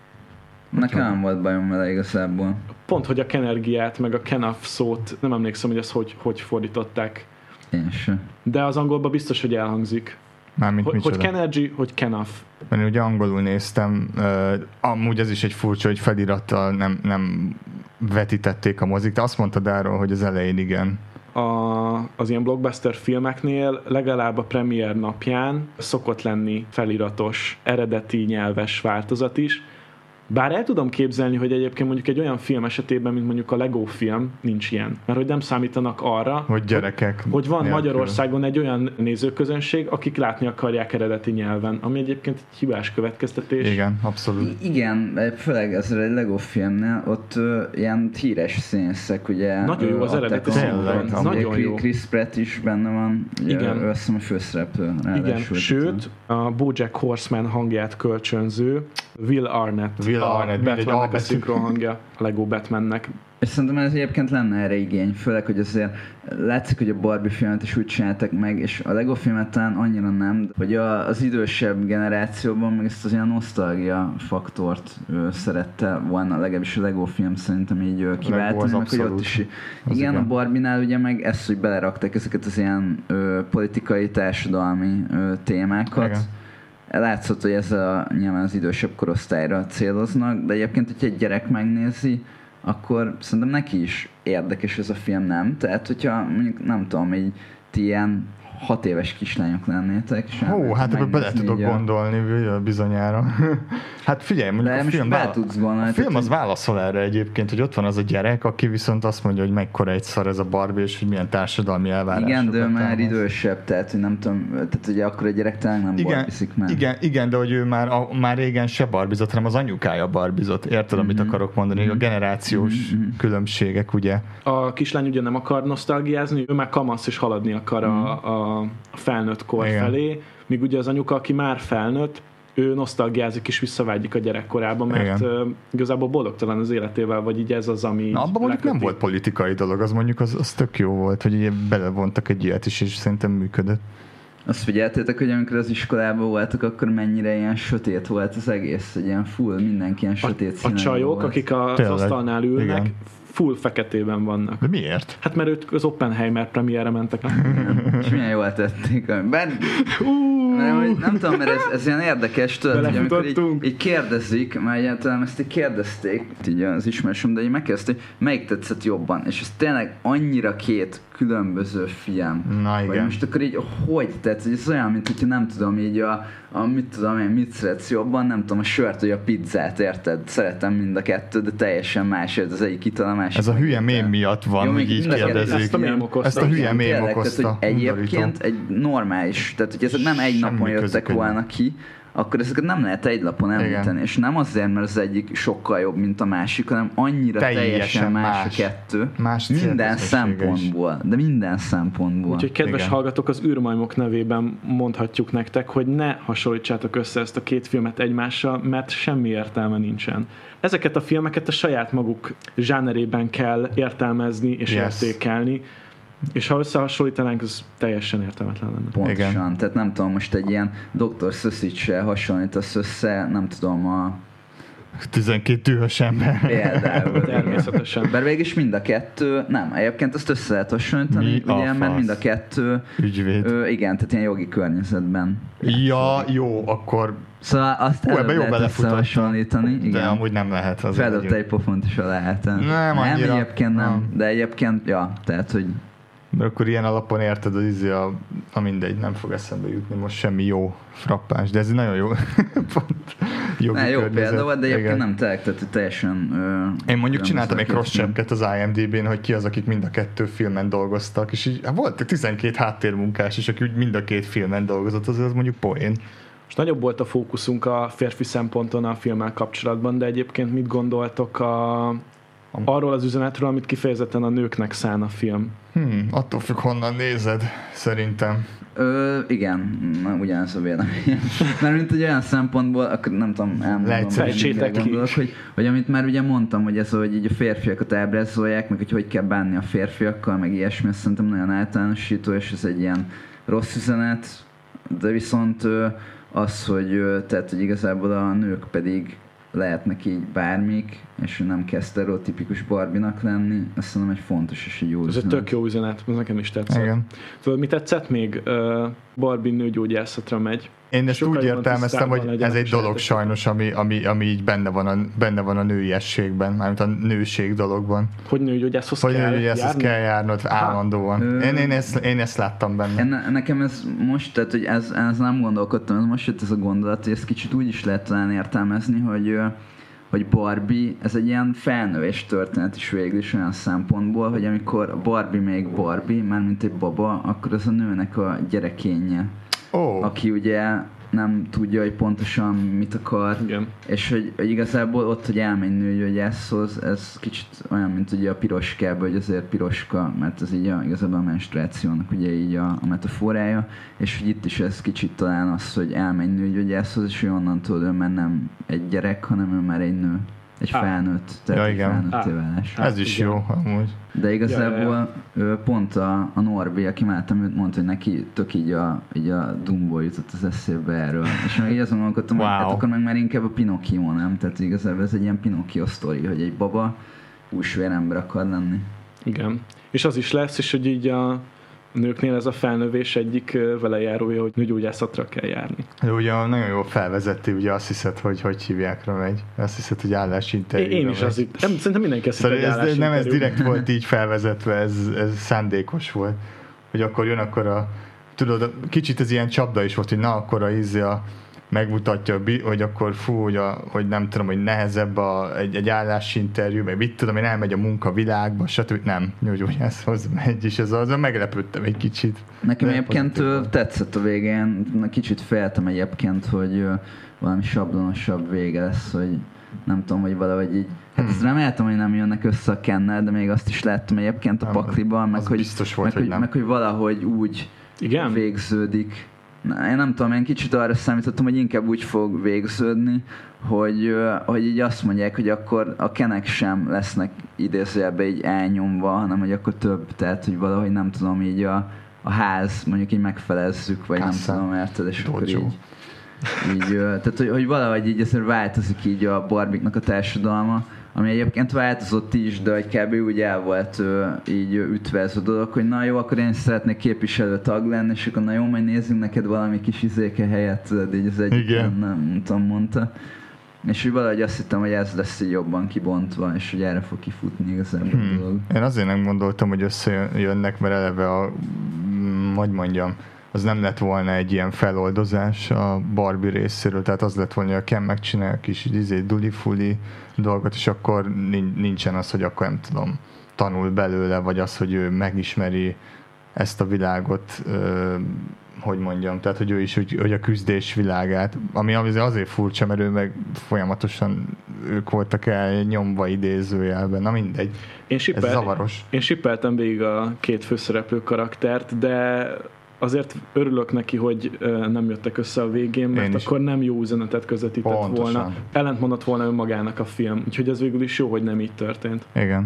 Nekem nem volt bajom vele igazából. Pont, hogy a Kenergiát, meg a Kenaf szót, nem emlékszem, hogy ezt hogy, hogy fordították. Én sem. De az angolban biztos, hogy elhangzik. Mármint Hogy, micsoda. hogy Kenergy, hogy Kenaf. Mert én ugye angolul néztem, uh, amúgy ez is egy furcsa, hogy felirattal nem, nem vetítették a mozik, de azt mondtad arról, hogy az elején igen. A, az ilyen blockbuster filmeknél legalább a premier napján szokott lenni feliratos, eredeti nyelves változat is. Bár el tudom képzelni, hogy egyébként mondjuk egy olyan film esetében, mint mondjuk a Lego film, nincs ilyen. Mert hogy nem számítanak arra, Hogy gyerekek. hogy, hogy van nélkül. Magyarországon egy olyan nézőközönség, akik látni akarják eredeti nyelven, ami egyébként egy hibás következtetés. Igen, abszolút. I- igen, főleg ezzel egy Lego filmnél, ott uh, ilyen híres színészek, ugye. Nagyon jó az adták eredeti a színben. hangot. Tényleg, Ugye nagyon jó. Chris Pratt is benne van. Ugye, Igen. Ő azt hiszem a főszereplő. Igen, ráadásul. sőt, a BoJack Horseman hangját kölcsönző Will Arnett, Will a Arnett, mindegy, Batmannek a albetű. szinkron hangja, a Lego Batmannek. És szerintem ez egyébként lenne erre igény, főleg, hogy azért látszik, hogy a Barbie filmet is úgy csináltak meg, és a Lego filmet talán annyira nem, hogy a, az idősebb generációban meg ezt az ilyen nosztalgia faktort ö, szerette volna, legalábbis a Lego film szerintem így ö, kiváltani, meg hogy ott is. Az Igen, igen. a Barbie-nál ugye meg ezt, hogy belerakták ezeket az ilyen ö, politikai, társadalmi ö, témákat. Igen. Látszott, hogy ezzel a, nyilván az idősebb korosztályra céloznak, de egyébként, hogyha egy gyerek megnézi, akkor szerintem neki is érdekes ez a film, nem? Tehát, hogyha mondjuk, nem tudom, így ti ilyen hat éves kislányok lennétek. És Ó, hát ebbe bele tudok így a... gondolni bizonyára. Hát figyelj, mondjuk De a most film, bele vála... tudsz gondolni. a film tehát, az válaszol erre egyébként, hogy ott van az a gyerek, aki viszont azt mondja, hogy mekkora egy szar ez a Barbie, és hogy milyen társadalmi elvárásokat igen, de ő már támaszt. idősebb, tehát, hogy nem tudom, tehát ugye akkor a gyerek talán nem Igen, barbiszik már. igen, igen, de hogy ő már, a, már régen se barbizott, hanem az anyukája barbizott. Érted, amit Mhm. akarok mondani? A generációs Mhm. különbségek, ugye? A kislány ugye nem akar nosztalgiázni, ő már kamasz és haladni akar a, a, a felnőtt kor Igen. felé, míg ugye az anyuka, aki már felnőtt, ő nosztalgiázik és visszavágyik a gyerekkorába, mert Igen. uh, igazából boldogtalan az életével, vagy így ez az, ami... Na, abban mondjuk nem leköti. volt politikai dolog, az mondjuk az, az tök jó volt, hogy ugye belevontak egy ilyet is, és szerintem működött. Azt figyeltétek, hogy amikor az iskolában voltak, akkor mennyire ilyen sötét volt az egész, hogy ilyen full, mindenki ilyen sötét A színű csajok, volt. akik az Tényleg. asztalnál ülnek, Igen. full feketében vannak. De miért? Hát mert ők az Oppenheimer premierre mentek. És milyen jól tették. Bár, mert, hogy nem tudom, mert ez, ez ilyen érdekes, tudod, hogy amikor így, Belefutottunk. így kérdezik, mert egyáltalán ezt így kérdezték, így az ismerősöm, de így megkérdezték, hogy melyik tetszett jobban, és ez tényleg annyira két különböző film. Na Vagy igen. most akkor így, hogy tetsz, hogy ez olyan, mint hogyha nem tudom, így a, a mit tudom én, mit szeretsz jobban, nem tudom, a sört vagy a pizzát, érted? Szeretem mind a kettőt, de teljesen más, ez az egyik ital, a másik. Ez a hülye mém miatt van, Jó, hogy még így mind a kettő- kérdezik. Ezt a mém okozta. Ezt a hülye Igen, mém tényleg, okozta. Tehát, hogy egyébként Undorító. egy normális, tehát hogy ezek nem egy Semmi napon jöttek közük, hogy- volna ki, akkor ezeket nem lehet egy lapon említeni. Igen. És nem azért, mert az egyik sokkal jobb, mint a másik, hanem annyira Teljesen teljesen, más, más. a kettő. Más Minden célközönsége is. szempontból. De minden szempontból. Úgyhogy kedves Igen. hallgatók, az űrmajmok nevében mondhatjuk nektek, hogy ne hasonlítsátok össze ezt a két filmet egymással, mert semmi értelme nincsen. Ezeket a filmeket a saját maguk zsánerében kell értelmezni és Yes. értékelni, és ha összehasonlítanánk, az teljesen értelmetlen lenne. Pontosan. Igen. Tehát nem tudom, most egy ilyen doktor Sausage-sel hasonlítasz össze, nem tudom, a tizenkét dühös ember. Például. Természetesen. Bár végig mind a kettő, nem, egyébként azt össze lehet hasonlítani, Mi ugye, a mert fasz? mind a kettő, Ügyvéd. ö, igen, tehát ilyen jogi környezetben. Ja, jó, akkor Szóval azt Hú, előbb ebbe jó lehet belefutottam. összehasonlítani, igen. de amúgy nem lehet. Az Feldobta egy pofont is alá hát. Nem, nem annyira. egyébként nem, Nem. de egyébként, ja, tehát, hogy Mert akkor ilyen alapon érted, az izé a, a mindegy, nem fog eszembe jutni most semmi jó frappás, de ez egy nagyon jó pont. Jogi ne, jó környezet. példa volt, de egyébként Igen. nem tényleg, tehát hogy teljesen... Ö, Én mondjuk csináltam egy különböző cross-checket az IMDb-n, hogy ki az, akik mind a kettő filmen dolgoztak, és így hát volt tizenkét háttérmunkás is, aki úgy mind a két filmen dolgozott, az, az mondjuk poén. Most nagyobb volt a fókuszunk a férfi szemponton a filmmel kapcsolatban, de egyébként mit gondoltok a, arról az üzenetről, amit kifejezetten a nőknek szán a film? Hmm, attól függ, honnan nézed, szerintem. Ö, igen, na, ugyanaz a véleményem. Mert mint egy olyan szempontból, akkor nem tudom, elmondom, Leegyszerűsítek ki. gondolok, hogy, hogy amit már ugye mondtam, hogy ez, hogy így a férfiakat ábrázolják, meg hogy hogy kell bánni a férfiakkal, meg ilyesmi, azt szerintem nagyon általánosító, és ez egy ilyen rossz üzenet, de viszont ö, az, hogy, ö, tehát, hogy igazából a nők pedig lehetnek így bármik, és nem kell sztereotipikus Barbie-nak lenni, azt szerintem egy fontos és egy jó Ez egy üzenet. tök jó üzenet, ez nekem is tetszett. Igen. Tudod, mi tetszett még? Uh, Barbie nőgyógyászatra megy. Én ezt Sokkal úgy jobban értelmeztem, tisztában hogy legyen ez a egy dolog viseltetés. sajnos, ami, ami, ami így benne van, a, benne van a nőiességben, mármint a nőség dologban. Hogy nőgyógyászhoz Hogy kell nőieshez járni? kell járnod állandóan. Ö, Én, én, ezt, én ezt láttam benne. Enne, nekem ez most, tehát hogy ez, ez nem gondolkodtam, ez most jött ez a gondolat, hogy ezt kicsit úgy is lehet talán értelmezni, hogy, ö, hogy Barbie, ez egy ilyen felnövés történet is végül is olyan szempontból, hogy amikor a Barbie még Barbie, mármint egy baba, akkor az a nőnek a gyerekénye, Ó, aki ugye nem tudja, hogy pontosan mit akar, Igen. és hogy, hogy igazából ott, hogy elmegy nőgyógyászhoz, ez kicsit olyan, mint ugye a piroskában, hogy azért piroska, mert ez így a, igazából a menstruációnak ugye így a, a metaforája, és hogy itt is ez kicsit talán az, hogy elmegy nőgyógyászhoz, és hogy onnantól ő már nem egy gyerek, hanem ő már egy nő. Egy Á. felnőtt, tehát Ja, egy igen. felnőtté Á. válás. Hát ez is igen. jó amúgy. De igazából Ja, ő pont a, a Norbi, aki láttam, őt mondta, hogy neki tök így a, így a Dumbo jutott az eszébe erről. És meg így azon gondolkodtam, Wow. hogy hát akkor meg már inkább a Pinocchio, nem? Tehát igazából ez egy ilyen Pinocchio sztori, hogy egy baba húsvér ember akar lenni. Igen. És az is lesz, és hogy így a nőknél ez a felnövés egyik ö, velejárója, hogy nőgyógyászatra kell járni. De ugye nagyon jól felvezeti, ugye azt hiszed, hogy hogy hívjákra megy. Azt hiszed, hogy állásinterjúra Én, én is megy. az itt. Nem, szerintem mindenki azt Szóval hitt, hogy ez, nem ez állásinterjú. direkt volt így felvezetve, ez, ez szándékos volt. Hogy akkor jön akkor a... Tudod, kicsit ez ilyen csapda is volt, hogy na akkor a ízi a megmutatja, hogy akkor fú, hogy, a, hogy nem tudom, hogy nehezebb a, egy, egy állásinterjú, meg mit tudom, hogy elmegy a munkavilágba, stb. Nem, nyújtógyászhoz megy, és ez az, meglepődtem egy kicsit. Nekem De egyébként pozitív ö, volt. tetszett a végén, na, kicsit féltem egyébként, hogy ö, valami sablonosabb vége lesz, hogy nem tudom, hogy valahogy így, hát Hmm. ezt reméltem, hogy nem jönnek össze a Kennel, de még azt is láttam egyébként a Nem, pakliban, meg az hogy, biztos volt, meg, hogy hogy, nem. meg hogy valahogy úgy Igen? végződik. Na, én nem tudom, én kicsit arra számítottam, hogy inkább úgy fog végződni, hogy, ö, hogy így azt mondják, hogy akkor a kenek sem lesznek idézőjelben így elnyomva, hanem hogy akkor több, tehát hogy valahogy nem tudom, így a, a ház mondjuk így megfelezzük, vagy Kassa. nem tudom, érted, és akkor Dojo. így, így ö, tehát hogy, hogy valahogy így azért változik így a Barbiknak a társadalma, ami egyébként változott is, de hogy kb. Úgy el volt ö, így ütve ez a dolog, hogy na jó, akkor én is szeretnék képviselő tag lenni, és akkor na jó, majd nézzünk neked valami kis izéke helyett, tudod, így az egyik Igen. nem, nem tudom, mondta. És úgy valahogy azt hittem, hogy ez lesz így jobban kibontva, és hogy erre fog kifutni igazából a dolog. Hmm. Én azért nem gondoltam, hogy összejönnek, mert eleve a, mm, hogy mondjam, az nem lett volna egy ilyen feloldozás a Barbie részéről, tehát az lett volna, hogy a Ken megcsinál a kis izé, duli-fuli dolgot, és akkor nin- nincsen az, hogy akkor nem tudom, tanul belőle, vagy az, hogy ő megismeri ezt a világot, ö, hogy mondjam, tehát hogy ő is, hogy, hogy a küzdés világát, ami azért furcsa, mert ő meg folyamatosan ők voltak el nyomva idézőjelben, na mindegy, Én, ez sippel, zavaros. én sippeltem végig a két főszereplő karaktert, de azért örülök neki, hogy ö, nem jöttek össze a végén, mert Én is. akkor nem jó üzenetet közvetített Pontosan. volna. Ellentmondott volna önmagának a film, úgyhogy ez végül is jó, hogy nem így történt. Igen.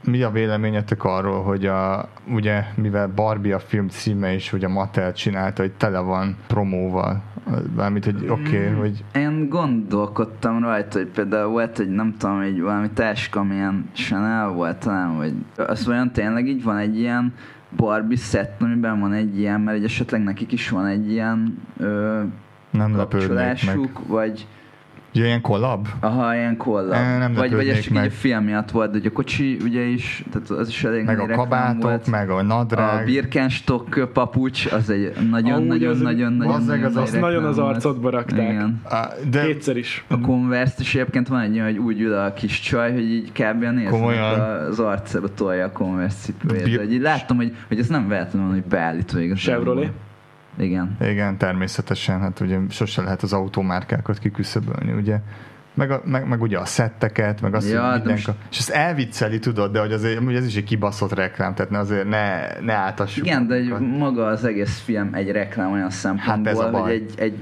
mi a véleményetek arról, hogy a, ugye, mivel Barbie a film címe is, hogy a Mattel csinálta, hogy tele van promóval. Bármit, hogy oké, okay, hogy... Én gondolkodtam rajta, hogy például volt egy, nem tudom, egy valami táska, amilyen Chanel volt talán, vagy az olyan tényleg így van egy ilyen Barbie szett, amiben van egy ilyen, mert egy esetleg nekik is van egy ilyen ö, nem kapcsolásuk, vagy ugye ilyen kollab? Aha, ilyen kollab. Nem vagy, vagy ez csak meg. így a film miatt volt, de hogy a kocsi ugye is, tehát az is elég meg a kabátok, volt. Meg a nadrág. A Birkenstock papucs, az egy nagyon-nagyon-nagyon-nagyon az, nagyon, az, az nagyon az arcodba rakták. Igen. A, de kétszer is. A Converse-t is egyébként van egy olyan, hogy úgy ül a kis csaj, hogy így kb. Néznek az arcába tolja a Converse cipőjét. Bir- hogy így láttam, hogy, hogy ez nem véletlenül van, hogy beállítva igazából. Chevrolet. Igen. Igen, természetesen, hát ugye sose lehet az automárkákat kiküszöbölni, ugye. Meg, a, meg, meg ugye a szetteket, meg azt, ja, hogy mindenki... most... És ezt elvicceli, tudod, de hogy azért, hogy ez is egy kibaszott reklám, tehát ne, azért ne, ne átassuk. Igen, de egy, maga az egész film egy reklám olyan szempontból, hát hogy egy, egy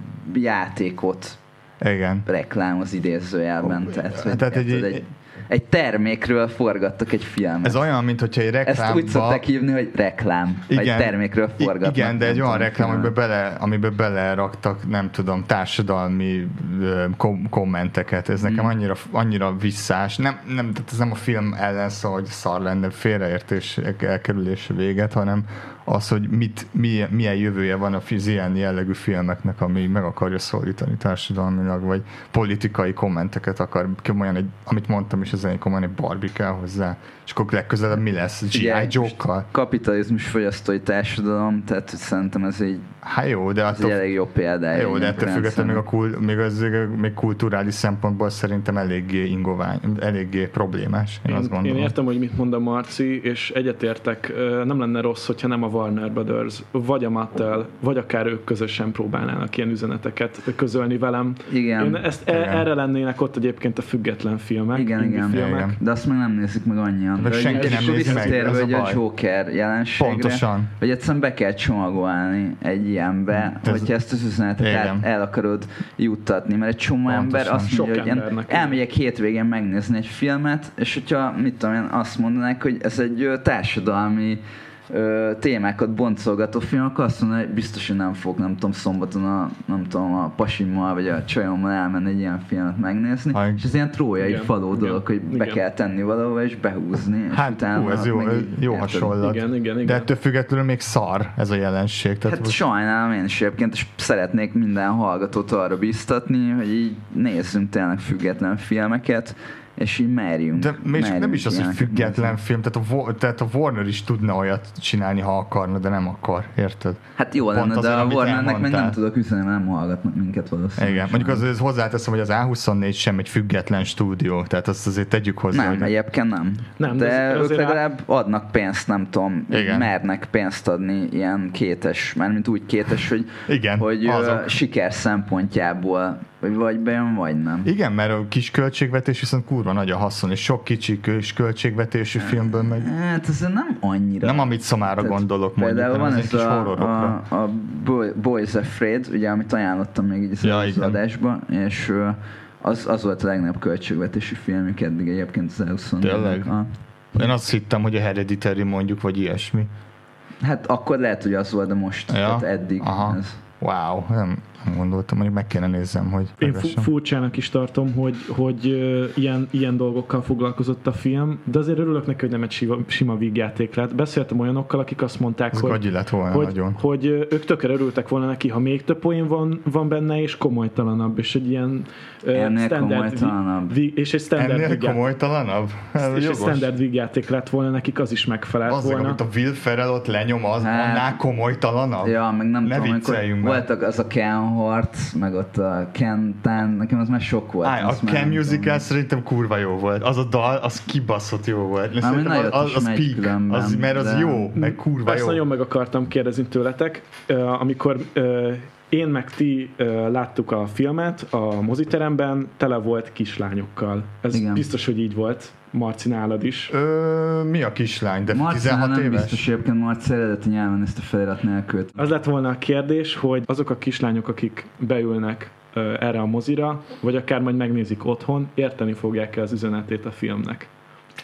játékot igen. reklámoz idézőjelben. Oh, tehát, hát, tehát egy, egy, egy egy termékről forgattak egy filmet. Ez olyan, mint hogyha egy reklámba... Ezt úgy szokták hívni, hogy reklám. Igen, egy termékről forgatnak. Igen, de egy olyan reklám, amiben, bele, amiben beleraktak, nem tudom, társadalmi kom- kommenteket. Ez nekem annyira, annyira visszás. Nem, nem, tehát ez nem a film ellen szó, hogy szar lenne, félreértés elkerülése véget, hanem az, hogy mit, milyen, milyen jövője van a ilyen jellegű filmeknek, ami meg akarja szólítani társadalmilag, vagy politikai kommenteket akar, komolyan egy, amit mondtam is az elején, komolyan egy Barbie kell hozzá, és akkor legközelebb mi lesz? gé i. Joe-kkal? Kapitalizmus fogyasztói társadalom, tehát szerintem ez egy, hát jó, de ez egy elég jó példája. Jó, de ettől függetlenül még, a kul, még, az, még kulturális szempontból szerintem eléggé ingovány, eléggé problémás. Én, én azt gondolom. Én értem, hogy mit mond a Marci, és egyetértek, nem lenne rossz, hogyha nem a Warner Brothers, vagy a Mattel, vagy akár ők közösen próbálnának ilyen üzeneteket közölni velem. Igen. Én ezt, igen. Erre lennének ott egyébként a független filmek. Igen, igen, filmek. igen. De azt meg nem nézik meg annyian. De senki nem nézi meg, ez hogy a, a Joker jelenségre, pontosan. Hogy egyszerűen be kell csomagolni egy ilyenbe, ez hogyha ezt az üzenetet el, el akarod juttatni, mert egy csomó pontosan. Ember azt mondja, hogy én elmegyek hétvégén megnézni egy filmet, és hogyha mit tudom én, azt mondanák, hogy ez egy társadalmi ö, témákat boncolgató film, akkor azt mondja, hogy biztos, hogy nem fog, nem tudom, szombaton a, nem tudom, a pasimmal vagy a csajommal elmenni egy ilyen filmet megnézni, ha, és ez ilyen trójai igen, faló igen, dolog, hogy igen. be kell tenni valahova és behúzni. Hát, és utána, hú, ez jó, jó hasonlat. Igen, igen, igen. De ettől függetlenül még szar ez a jelenség. Tehát hát most... sajnálom én is egyébként, és szeretnék minden hallgatót arra biztatni, hogy így nézzünk tényleg független filmeket, és így merjünk. De még merjünk nem is az, hogy független nézni. Film, tehát a, tehát a Warner is tudna olyat csinálni, ha akarna, de nem akar, érted? Hát jó lenne, de azért, a Warnernek meg nem tudok üzenni, mert nem hallgatnak minket valószínűleg. Igen, mondjuk azért hozzáteszem, hogy az á huszonnégy sem egy független stúdió, tehát azt azért tegyük hozzá. Nem, hogy... egyébként nem. nem de ez, ők legalább á... adnak pénzt, nem tudom, igen. mernek pénzt adni ilyen kétes, mármint úgy kétes, hogy, igen, hogy siker szempontjából vagy vagy bejön, vagy nem. Igen, mert a kis költségvetés viszont kurva nagy a haszon, és sok kicsi kis költségvetésű filmből meg... Hát ez nem annyira. Nem amit szomára tehát gondolok mondjuk, például van ez ez a, a, a Boys Afraid, ugye, amit ajánlottam még így ja, az adásba, és az, az volt a legnagyobb költségvetésű filmük eddig egyébként az elhuszonnégynek. Én azt hittem, hogy a Hereditary mondjuk, vagy ilyesmi. Hát akkor lehet, hogy az volt, de most, ja? tehát eddig aha. ez. Wow, nem, nem gondoltam, hogy meg kéne nézzem, hogy... Én fu- furcsának is tartom, hogy, hogy uh, ilyen, ilyen dolgokkal foglalkozott a film, de azért örülök neki, hogy nem egy sima, sima vígjáték lett. Beszéltem olyanokkal, akik azt mondták, ez hogy, lett volna hogy, nagyon. hogy uh, ők tökre örültek volna neki, ha még több poén van, van benne, és komolytalanabb, és egy ilyen uh, standard víg, és egy standard ennél vígjáték. komolytalanabb? És egy standard vígjáték lett volna nekik, az is megfelelt Azzal, volna. amit a Will Ferrell ott lenyom, az hát, annál komolytalanabb? Ja, meg nem ne tudom, voltak az a Ken Hart, meg ott a Ken Tan, nekem az már sok volt. Á, a Ken Musical szerintem kurva jó volt. Az a dal, az kibaszott jó volt. Ami az, az, az peak, az, mert az de... jó, meg kurva ezt jó. nagyon meg akartam kérdezni tőletek, uh, amikor uh, én meg ti uh, láttuk a filmet a moziteremben, tele volt kislányokkal. Ez igen. Biztos, hogy így volt. Marci, nálad is. Ö, mi a kislány? De Marci tizenhat nem éves? Biztos, egyébként Marci eredeti nyelven ezt a felirat nélkül. Az lett volna a kérdés, hogy azok a kislányok, akik beülnek uh, erre a mozira, vagy akár majd megnézik otthon, érteni fogják-e az üzenetét a filmnek?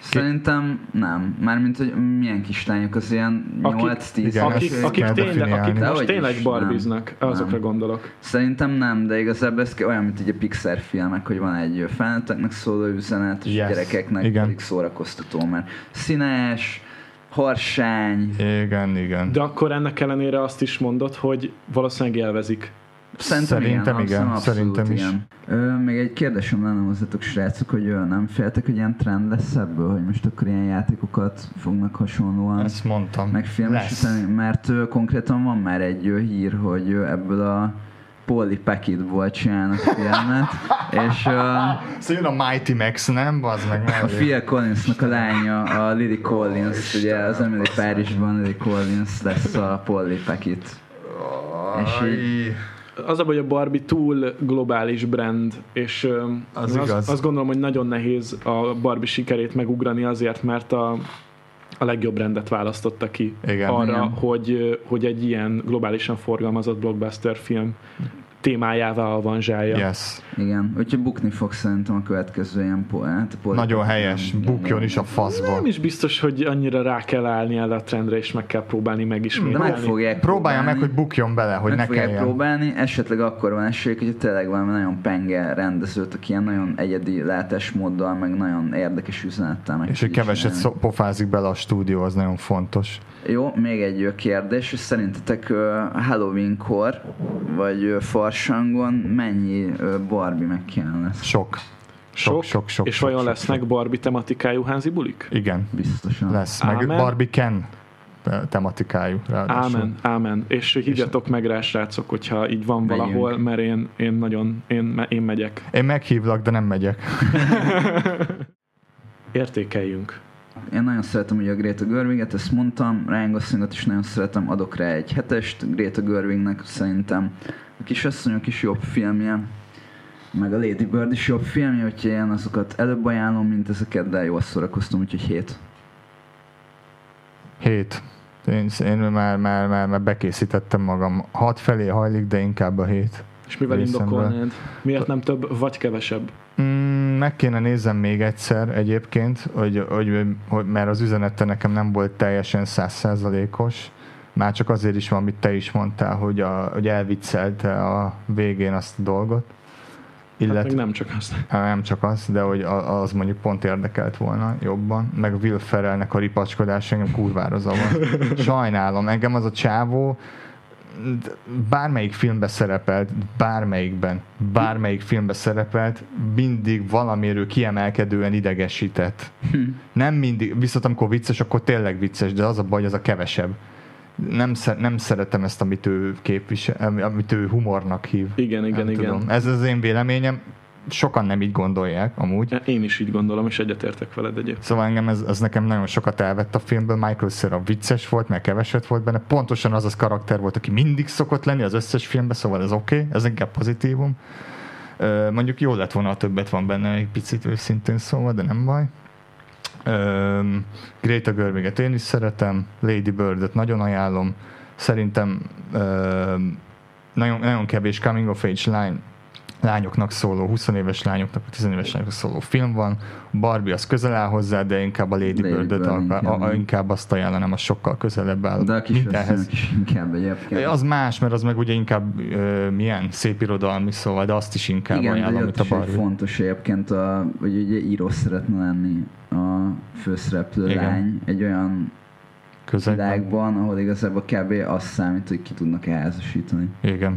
Szerintem nem. Mármint, hogy milyen kislányok, az ilyen nyolc-tíz. Akik, akik, tényleg, akik de most tényleg barbiznak, azokra nem. gondolok. Szerintem nem, de igazából ez olyan, mint egy Pixar filmek, hogy van egy felnőtteknek szóló üzenet, és yes. gyerekeknek igen. pedig szórakoztató, mert színes, harsány. Igen, igen. De akkor ennek ellenére azt is mondod, hogy valószínűleg élvezik. Szerintem, Szerintem igen, igen. Szerintem is. Igen. Ö, még egy kérdésem lenne hozzátok, srácok, hogy ö, nem féltek, hogy ilyen trend lesz ebből, hogy most akkor ilyen játékokat fognak hasonlóan ezt mondtam. megfilmesíteni, mert ö, konkrétan van már egy ö, hír, hogy ö, ebből a Polly Packetból csinálnak filmet, és uh, szóval jön a Mighty Max, nem? Bazd meg, a Phil Collinsnak a lánya, a Lily Collins, ugye az Emily Parisban Lily Collins lesz a Polly Packet. És így az a, hogy a Barbie túl globális brand, és az az, azt gondolom, hogy nagyon nehéz a Barbie sikerét megugrani azért, mert a, a legjobb brandet választotta ki igen, arra, igen. Hogy, hogy egy ilyen globálisan forgalmazott blockbuster film témájává avanzsálja. Yes. Igen, úgyhogy bukni fog szerintem a következő ilyen hát a nagyon helyes, bukjon is a faszba. Nem is biztos, hogy annyira rá kell állni erre a trendre, és meg kell próbálni megismételni. De meg fogják próbálja próbálni, meg, hogy bukjon bele, hogy meg ne fogják kelljen. próbálni, esetleg akkor van esély, hogy tényleg valami nagyon penge rendezőt, aki ilyen nagyon egyedi látásmóddal, meg nagyon érdekes üzenettel meg. És hogy keveset szó, pofázik bele a stúdió, az nagyon fontos. Jó, még egy kérdés, hogy szerintetek uh, Halloween-kor, vagy uh, Farsangon mennyi uh, Barbie McCann lesz? Sok. Sok, sok, sok. És sok, vajon sok, lesznek sok. Barbie tematikájú házi bulik? Igen. Biztosan. Lesz. Ámen. Meg Barbie Ken tematikájú. Ráadásul. Ámen, ámen. És hívjatok meg rá, srácok, hogyha így van Megyünk. valahol, mert én, én nagyon, én, én megyek. Én meghívlak, de nem megyek. Értékeljünk. Én nagyon szeretem ugye a Greta Gerwiget, ezt mondtam, Ryan Goslingot is nagyon szeretem, adok rá egy hetest, Greta Gerwignek szerintem a Kisasszonyok is jobb filmje, meg a Lady Bird is jobb filmje, úgyhogy én azokat előbb ajánlom, mint ezeket, de jól szórakoztam, úgyhogy hét. Hét. Én, én már, már, már, már bekészítettem magam. Hat felé hajlik, de inkább a hét. És mivel indokolnád? Miért nem több, vagy kevesebb? Mm, meg kéne nézzem még egyszer egyébként, hogy, hogy, hogy, mert az üzenete nekem nem volt teljesen száz százalékos. Már csak azért is van, amit te is mondtál, hogy, a, hogy elviccelte a végén azt a dolgot. Illetve, hát nem csak az. Nem csak az, de hogy az mondjuk pont érdekelt volna jobban. Meg Will Ferrellnek a ripacskodás engem kurvára zavar. Sajnálom, engem az a csávó bármelyik filmben szerepelt, bármelyikben, bármelyik filmben szerepelt, mindig valamiről kiemelkedően idegesített. Hm. Nem mindig, viszont amikor vicces, akkor tényleg vicces, de az a baj, az a kevesebb. Nem, szer- nem szeretem ezt, amit ő képvisel, amit ő humornak hív. Igen, igen, nem igen. Tudom. Ez az én véleményem. Sokan nem így gondolják, amúgy. Én is így gondolom, és egyetértek veled egyébként. Szóval engem ez, ez nekem nagyon sokat elvett a filmből. Michael Cera vicces volt, mert keveset volt benne. Pontosan az az karakter volt, aki mindig szokott lenni az összes filmben, szóval ez oké, okay, ez inkább pozitívum. Uh, mondjuk jó lett volna, a többet van benne, egy picit őszintén szóval, de nem baj. Uh, Greta Gerwiget én is szeretem, Lady Bird-et nagyon ajánlom. Szerintem uh, nagyon, nagyon kevés coming of age line lányoknak szóló, húsz éves lányoknak, tíz éves lányoknak szóló film van. Barbie az közel áll hozzá, de inkább a Lady, Lady Bird-et, a, a, a, inkább azt ajánlanám, az sokkal közelebb áll. De a Kisasszonyok is inkább egyébként. Az más, mert az meg ugye inkább uh, milyen szipirodalmi, szóval, de azt is inkább igen, ajánlom, mint a Barbie. Igen, fontos egyébként, a, hogy ugye író szeretne lenni a főszereplő igen. lány egy olyan közegben, világban, ahol igazából kb. Az számít, hogy ki tudnak elházasítani. Igen.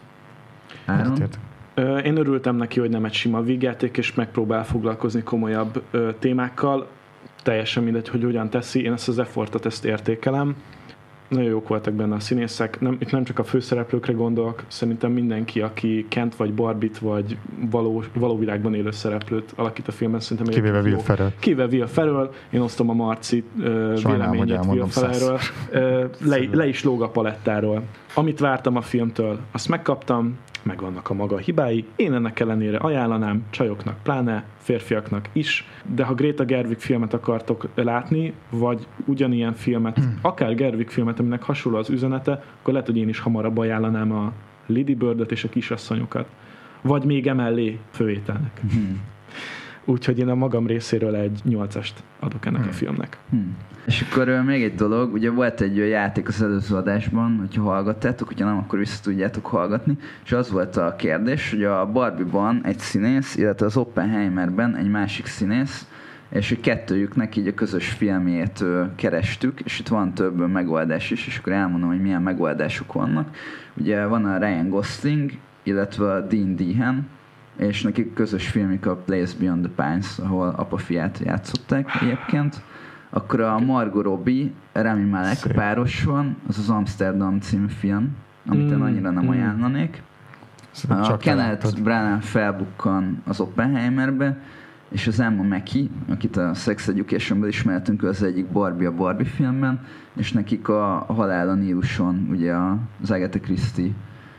Áron? Én örültem neki, hogy nem egy sima vígjáték, és megpróbál foglalkozni komolyabb ö, témákkal. Teljesen mindegy, hogy hogyan teszi. Én ezt az effortot, ezt értékelem. Nagyon jók voltak benne a színészek. Nem, itt nem csak a főszereplőkre gondolok, szerintem mindenki, aki Kent vagy Barbit, vagy való, való világban élő szereplőt alakít a filmben, szerintem kivéve Will Ferrell. Kivéve Will Ferrell. Én osztom a Marci uh, véleményét Will Ferrellről. Uh, le, le is lóg a palettáról. Amit vártam a filmtől, azt megkaptam, megvannak a maga hibái. Én ennek ellenére ajánlanám, csajoknak pláne, férfiaknak is, de ha Greta Gerwig filmet akartok látni, vagy ugyanilyen filmet, hmm. akár Gerwig filmet, aminek hasonló az üzenete, akkor lehet, hogy én is hamarabb ajánlanám a Lady Bird-et és a Kisasszonyokat. Vagy még emellé főételnek. Hmm. úgyhogy én a magam részéről egy nyolcast adok ennek hmm. a filmnek. Hmm. És akkor uh, még egy dolog, ugye volt egy uh, játék az előző adásban, hogyha hallgattátok, hogyha nem, akkor vissza tudjátok hallgatni, és az volt a kérdés, hogy a Barbie-ban egy színész, illetve az Oppenheimerben egy másik színész, és hogy kettőjüknek így a közös filmjét uh, kerestük, és itt van több uh, megoldás is, és akkor elmondom, hogy milyen megoldások vannak. Ugye van a Ryan Gosling, illetve a Dean Dehan, és nekik közös filmik a Place Beyond the Pines, ahol apa-fiát játszották egyébként. Akkor a Margot Robbie, Rami Malek Szép. páros van, az az Amsterdam című film, amit mm. én annyira nem mm. ajánlanék. Szóval a Kenneth Branagh felbukkan az Oppenheimerbe, és az Emma Mackey, akit a Sex Educationből ismertünk, az egyik Barbie a Barbie filmben, és nekik a Halál a Níluson, ugye az Agatha Christie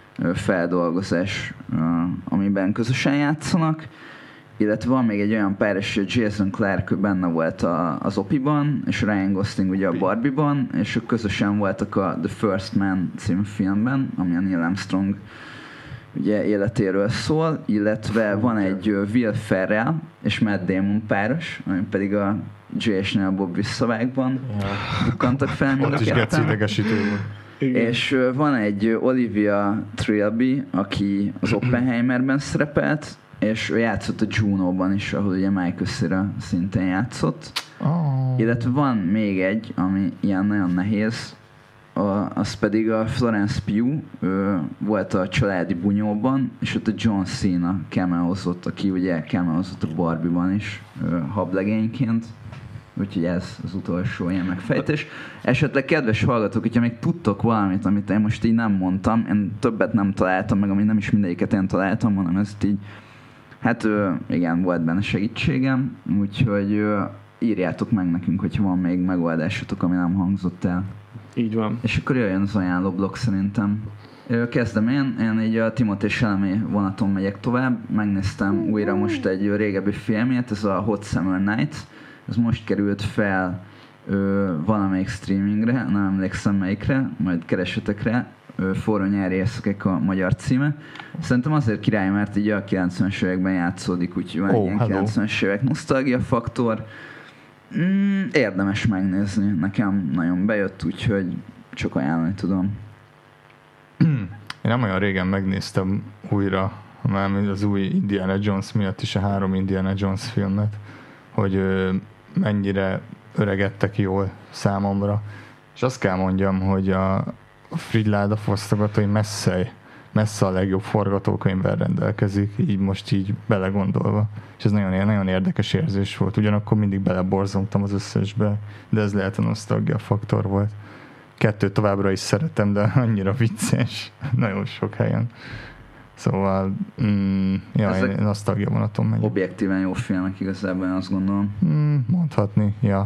feldolgozás, amiben közösen játszanak, illetve van még egy olyan páros, hogy Jason Clarke benne volt a, az Opiban, és Ryan Gosling ugye a Barbie-ban, és ők közösen voltak a The First Man című filmben, ami a Neil Armstrong ugye életéről szól, illetve van egy Will Ferrell és Matt Damon páros, ami pedig a Jay és Neil Bob visszavágban bukkantak fel mind a ketten. Ott is geci idegesítő volt. Igen. És van egy Olivia Trilby, aki az Oppenheimerben szerepelt, és ő játszott a Juno-ban is, ahol ugye Michael Cera szintén játszott. Oh. Illetve van még egy, ami ilyen nagyon nehéz, a, az pedig a Florence Pugh, ő volt a Családi Bunyóban, és ott a John Cena cameózott, aki ugye cameózott a Barbie-ban is hablegényként. Úgyhogy ez az utolsó ilyen megfejtés. Esetleg kedves hallgatók, hogyha még tudtok valamit, amit én most így nem mondtam, én többet nem találtam meg, ami nem is mindegyiket én találtam, hanem ezt így, hát igen, volt benne segítségem, úgyhogy írjátok meg nekünk, hogyha van még megoldásotok, ami nem hangzott el. Így van. És akkor jöjjön az ajánlóblog szerintem. Kezdem én, én így a Timothée Chalamet vonaton megyek tovább, megnéztem újra most egy régebbi filmjét, ez a Hot Summer Night. Ez most került fel ö, valamelyik streamingre, nem emlékszem melyikre, majd keresetek rá, ö, Forró nyári éjszakák a magyar címe. Szerintem azért király, mert így a kilencvenes években játszódik, úgyhogy van oh, egy ilyen hello. kilencvenes évek nosztalgia faktor. Mm, érdemes megnézni, nekem nagyon bejött, úgyhogy csak ajánlani tudom. Én nem olyan régen megnéztem újra, már az új Indiana Jones miatt is a három Indiana Jones filmet, hogy ö, mennyire öregedtek jól számomra. És azt kell mondjam, hogy a Fridláda fosztogatói messze, messze a legjobb forgatókönyvvel rendelkezik, így most így belegondolva. És ez nagyon, nagyon érdekes érzés volt. Ugyanakkor mindig beleborzongtam az összesbe, de ez lehet a nosztalgia faktor volt. Kettőt továbbra is szeretem, de annyira vicces. Nagyon sok helyen. Szóval, mm, ja, én nosztalgia vonaton megyek. Objektíven jó filmek igazából, én azt gondolom. Mm, mondhatni, ja.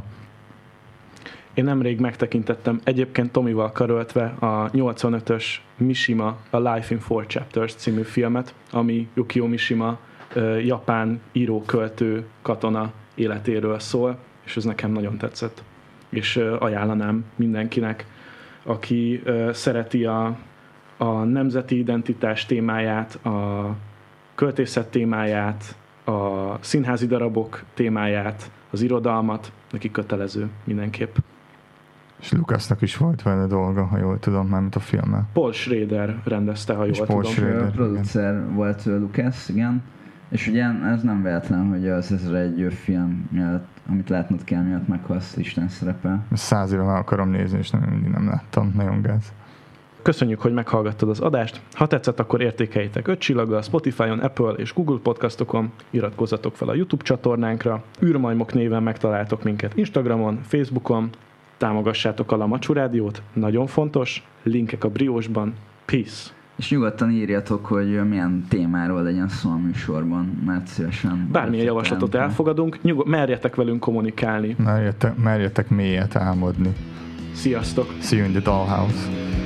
Én nemrég megtekintettem, egyébként Tomival karöltve a nyolcvanötös Mishima, a Life in Four Chapters című filmet, ami Yukio Mishima, japán író, költő, katona életéről szól, és ez nekem nagyon tetszett. És ajánlanám mindenkinek, aki szereti a a nemzeti identitás témáját, a költészet témáját, a színházi darabok témáját, az irodalmat, neki kötelező mindenképp. És Lucasnak is volt vele dolga, ha jól tudom, mármint a filmmel. Paul Schrader rendezte, ha és jól Paul tudom. Schrader, a producer volt Lucas, igen. És ugye ez nem véletlen, hogy az ezregy film miatt, amit látnod kell, miatt meghalsz listán szerepel. Száz éve már akarom nézni, és nem, mindig nem láttam. Nagyon gáz. Köszönjük, hogy meghallgattad az adást. Ha tetszett, akkor értékeljétek öt csillaggal Spotify-on, Apple és Google podcastokon, iratkozzatok fel a YouTube csatornánkra, űrmajmok néven megtaláltok minket Instagramon, Facebookon, támogassátok a Lamacsú Rádiót, nagyon fontos, linkek a briósban. Peace! És nyugodtan írjatok, hogy milyen témáról legyen szó a műsorban, mert szívesen... Bármilyen javaslatot elfogadunk, nyugod, merjetek velünk kommunikálni. Merjetek, merjetek mélyet álmodni. Sziasztok! See you in the dollhouse.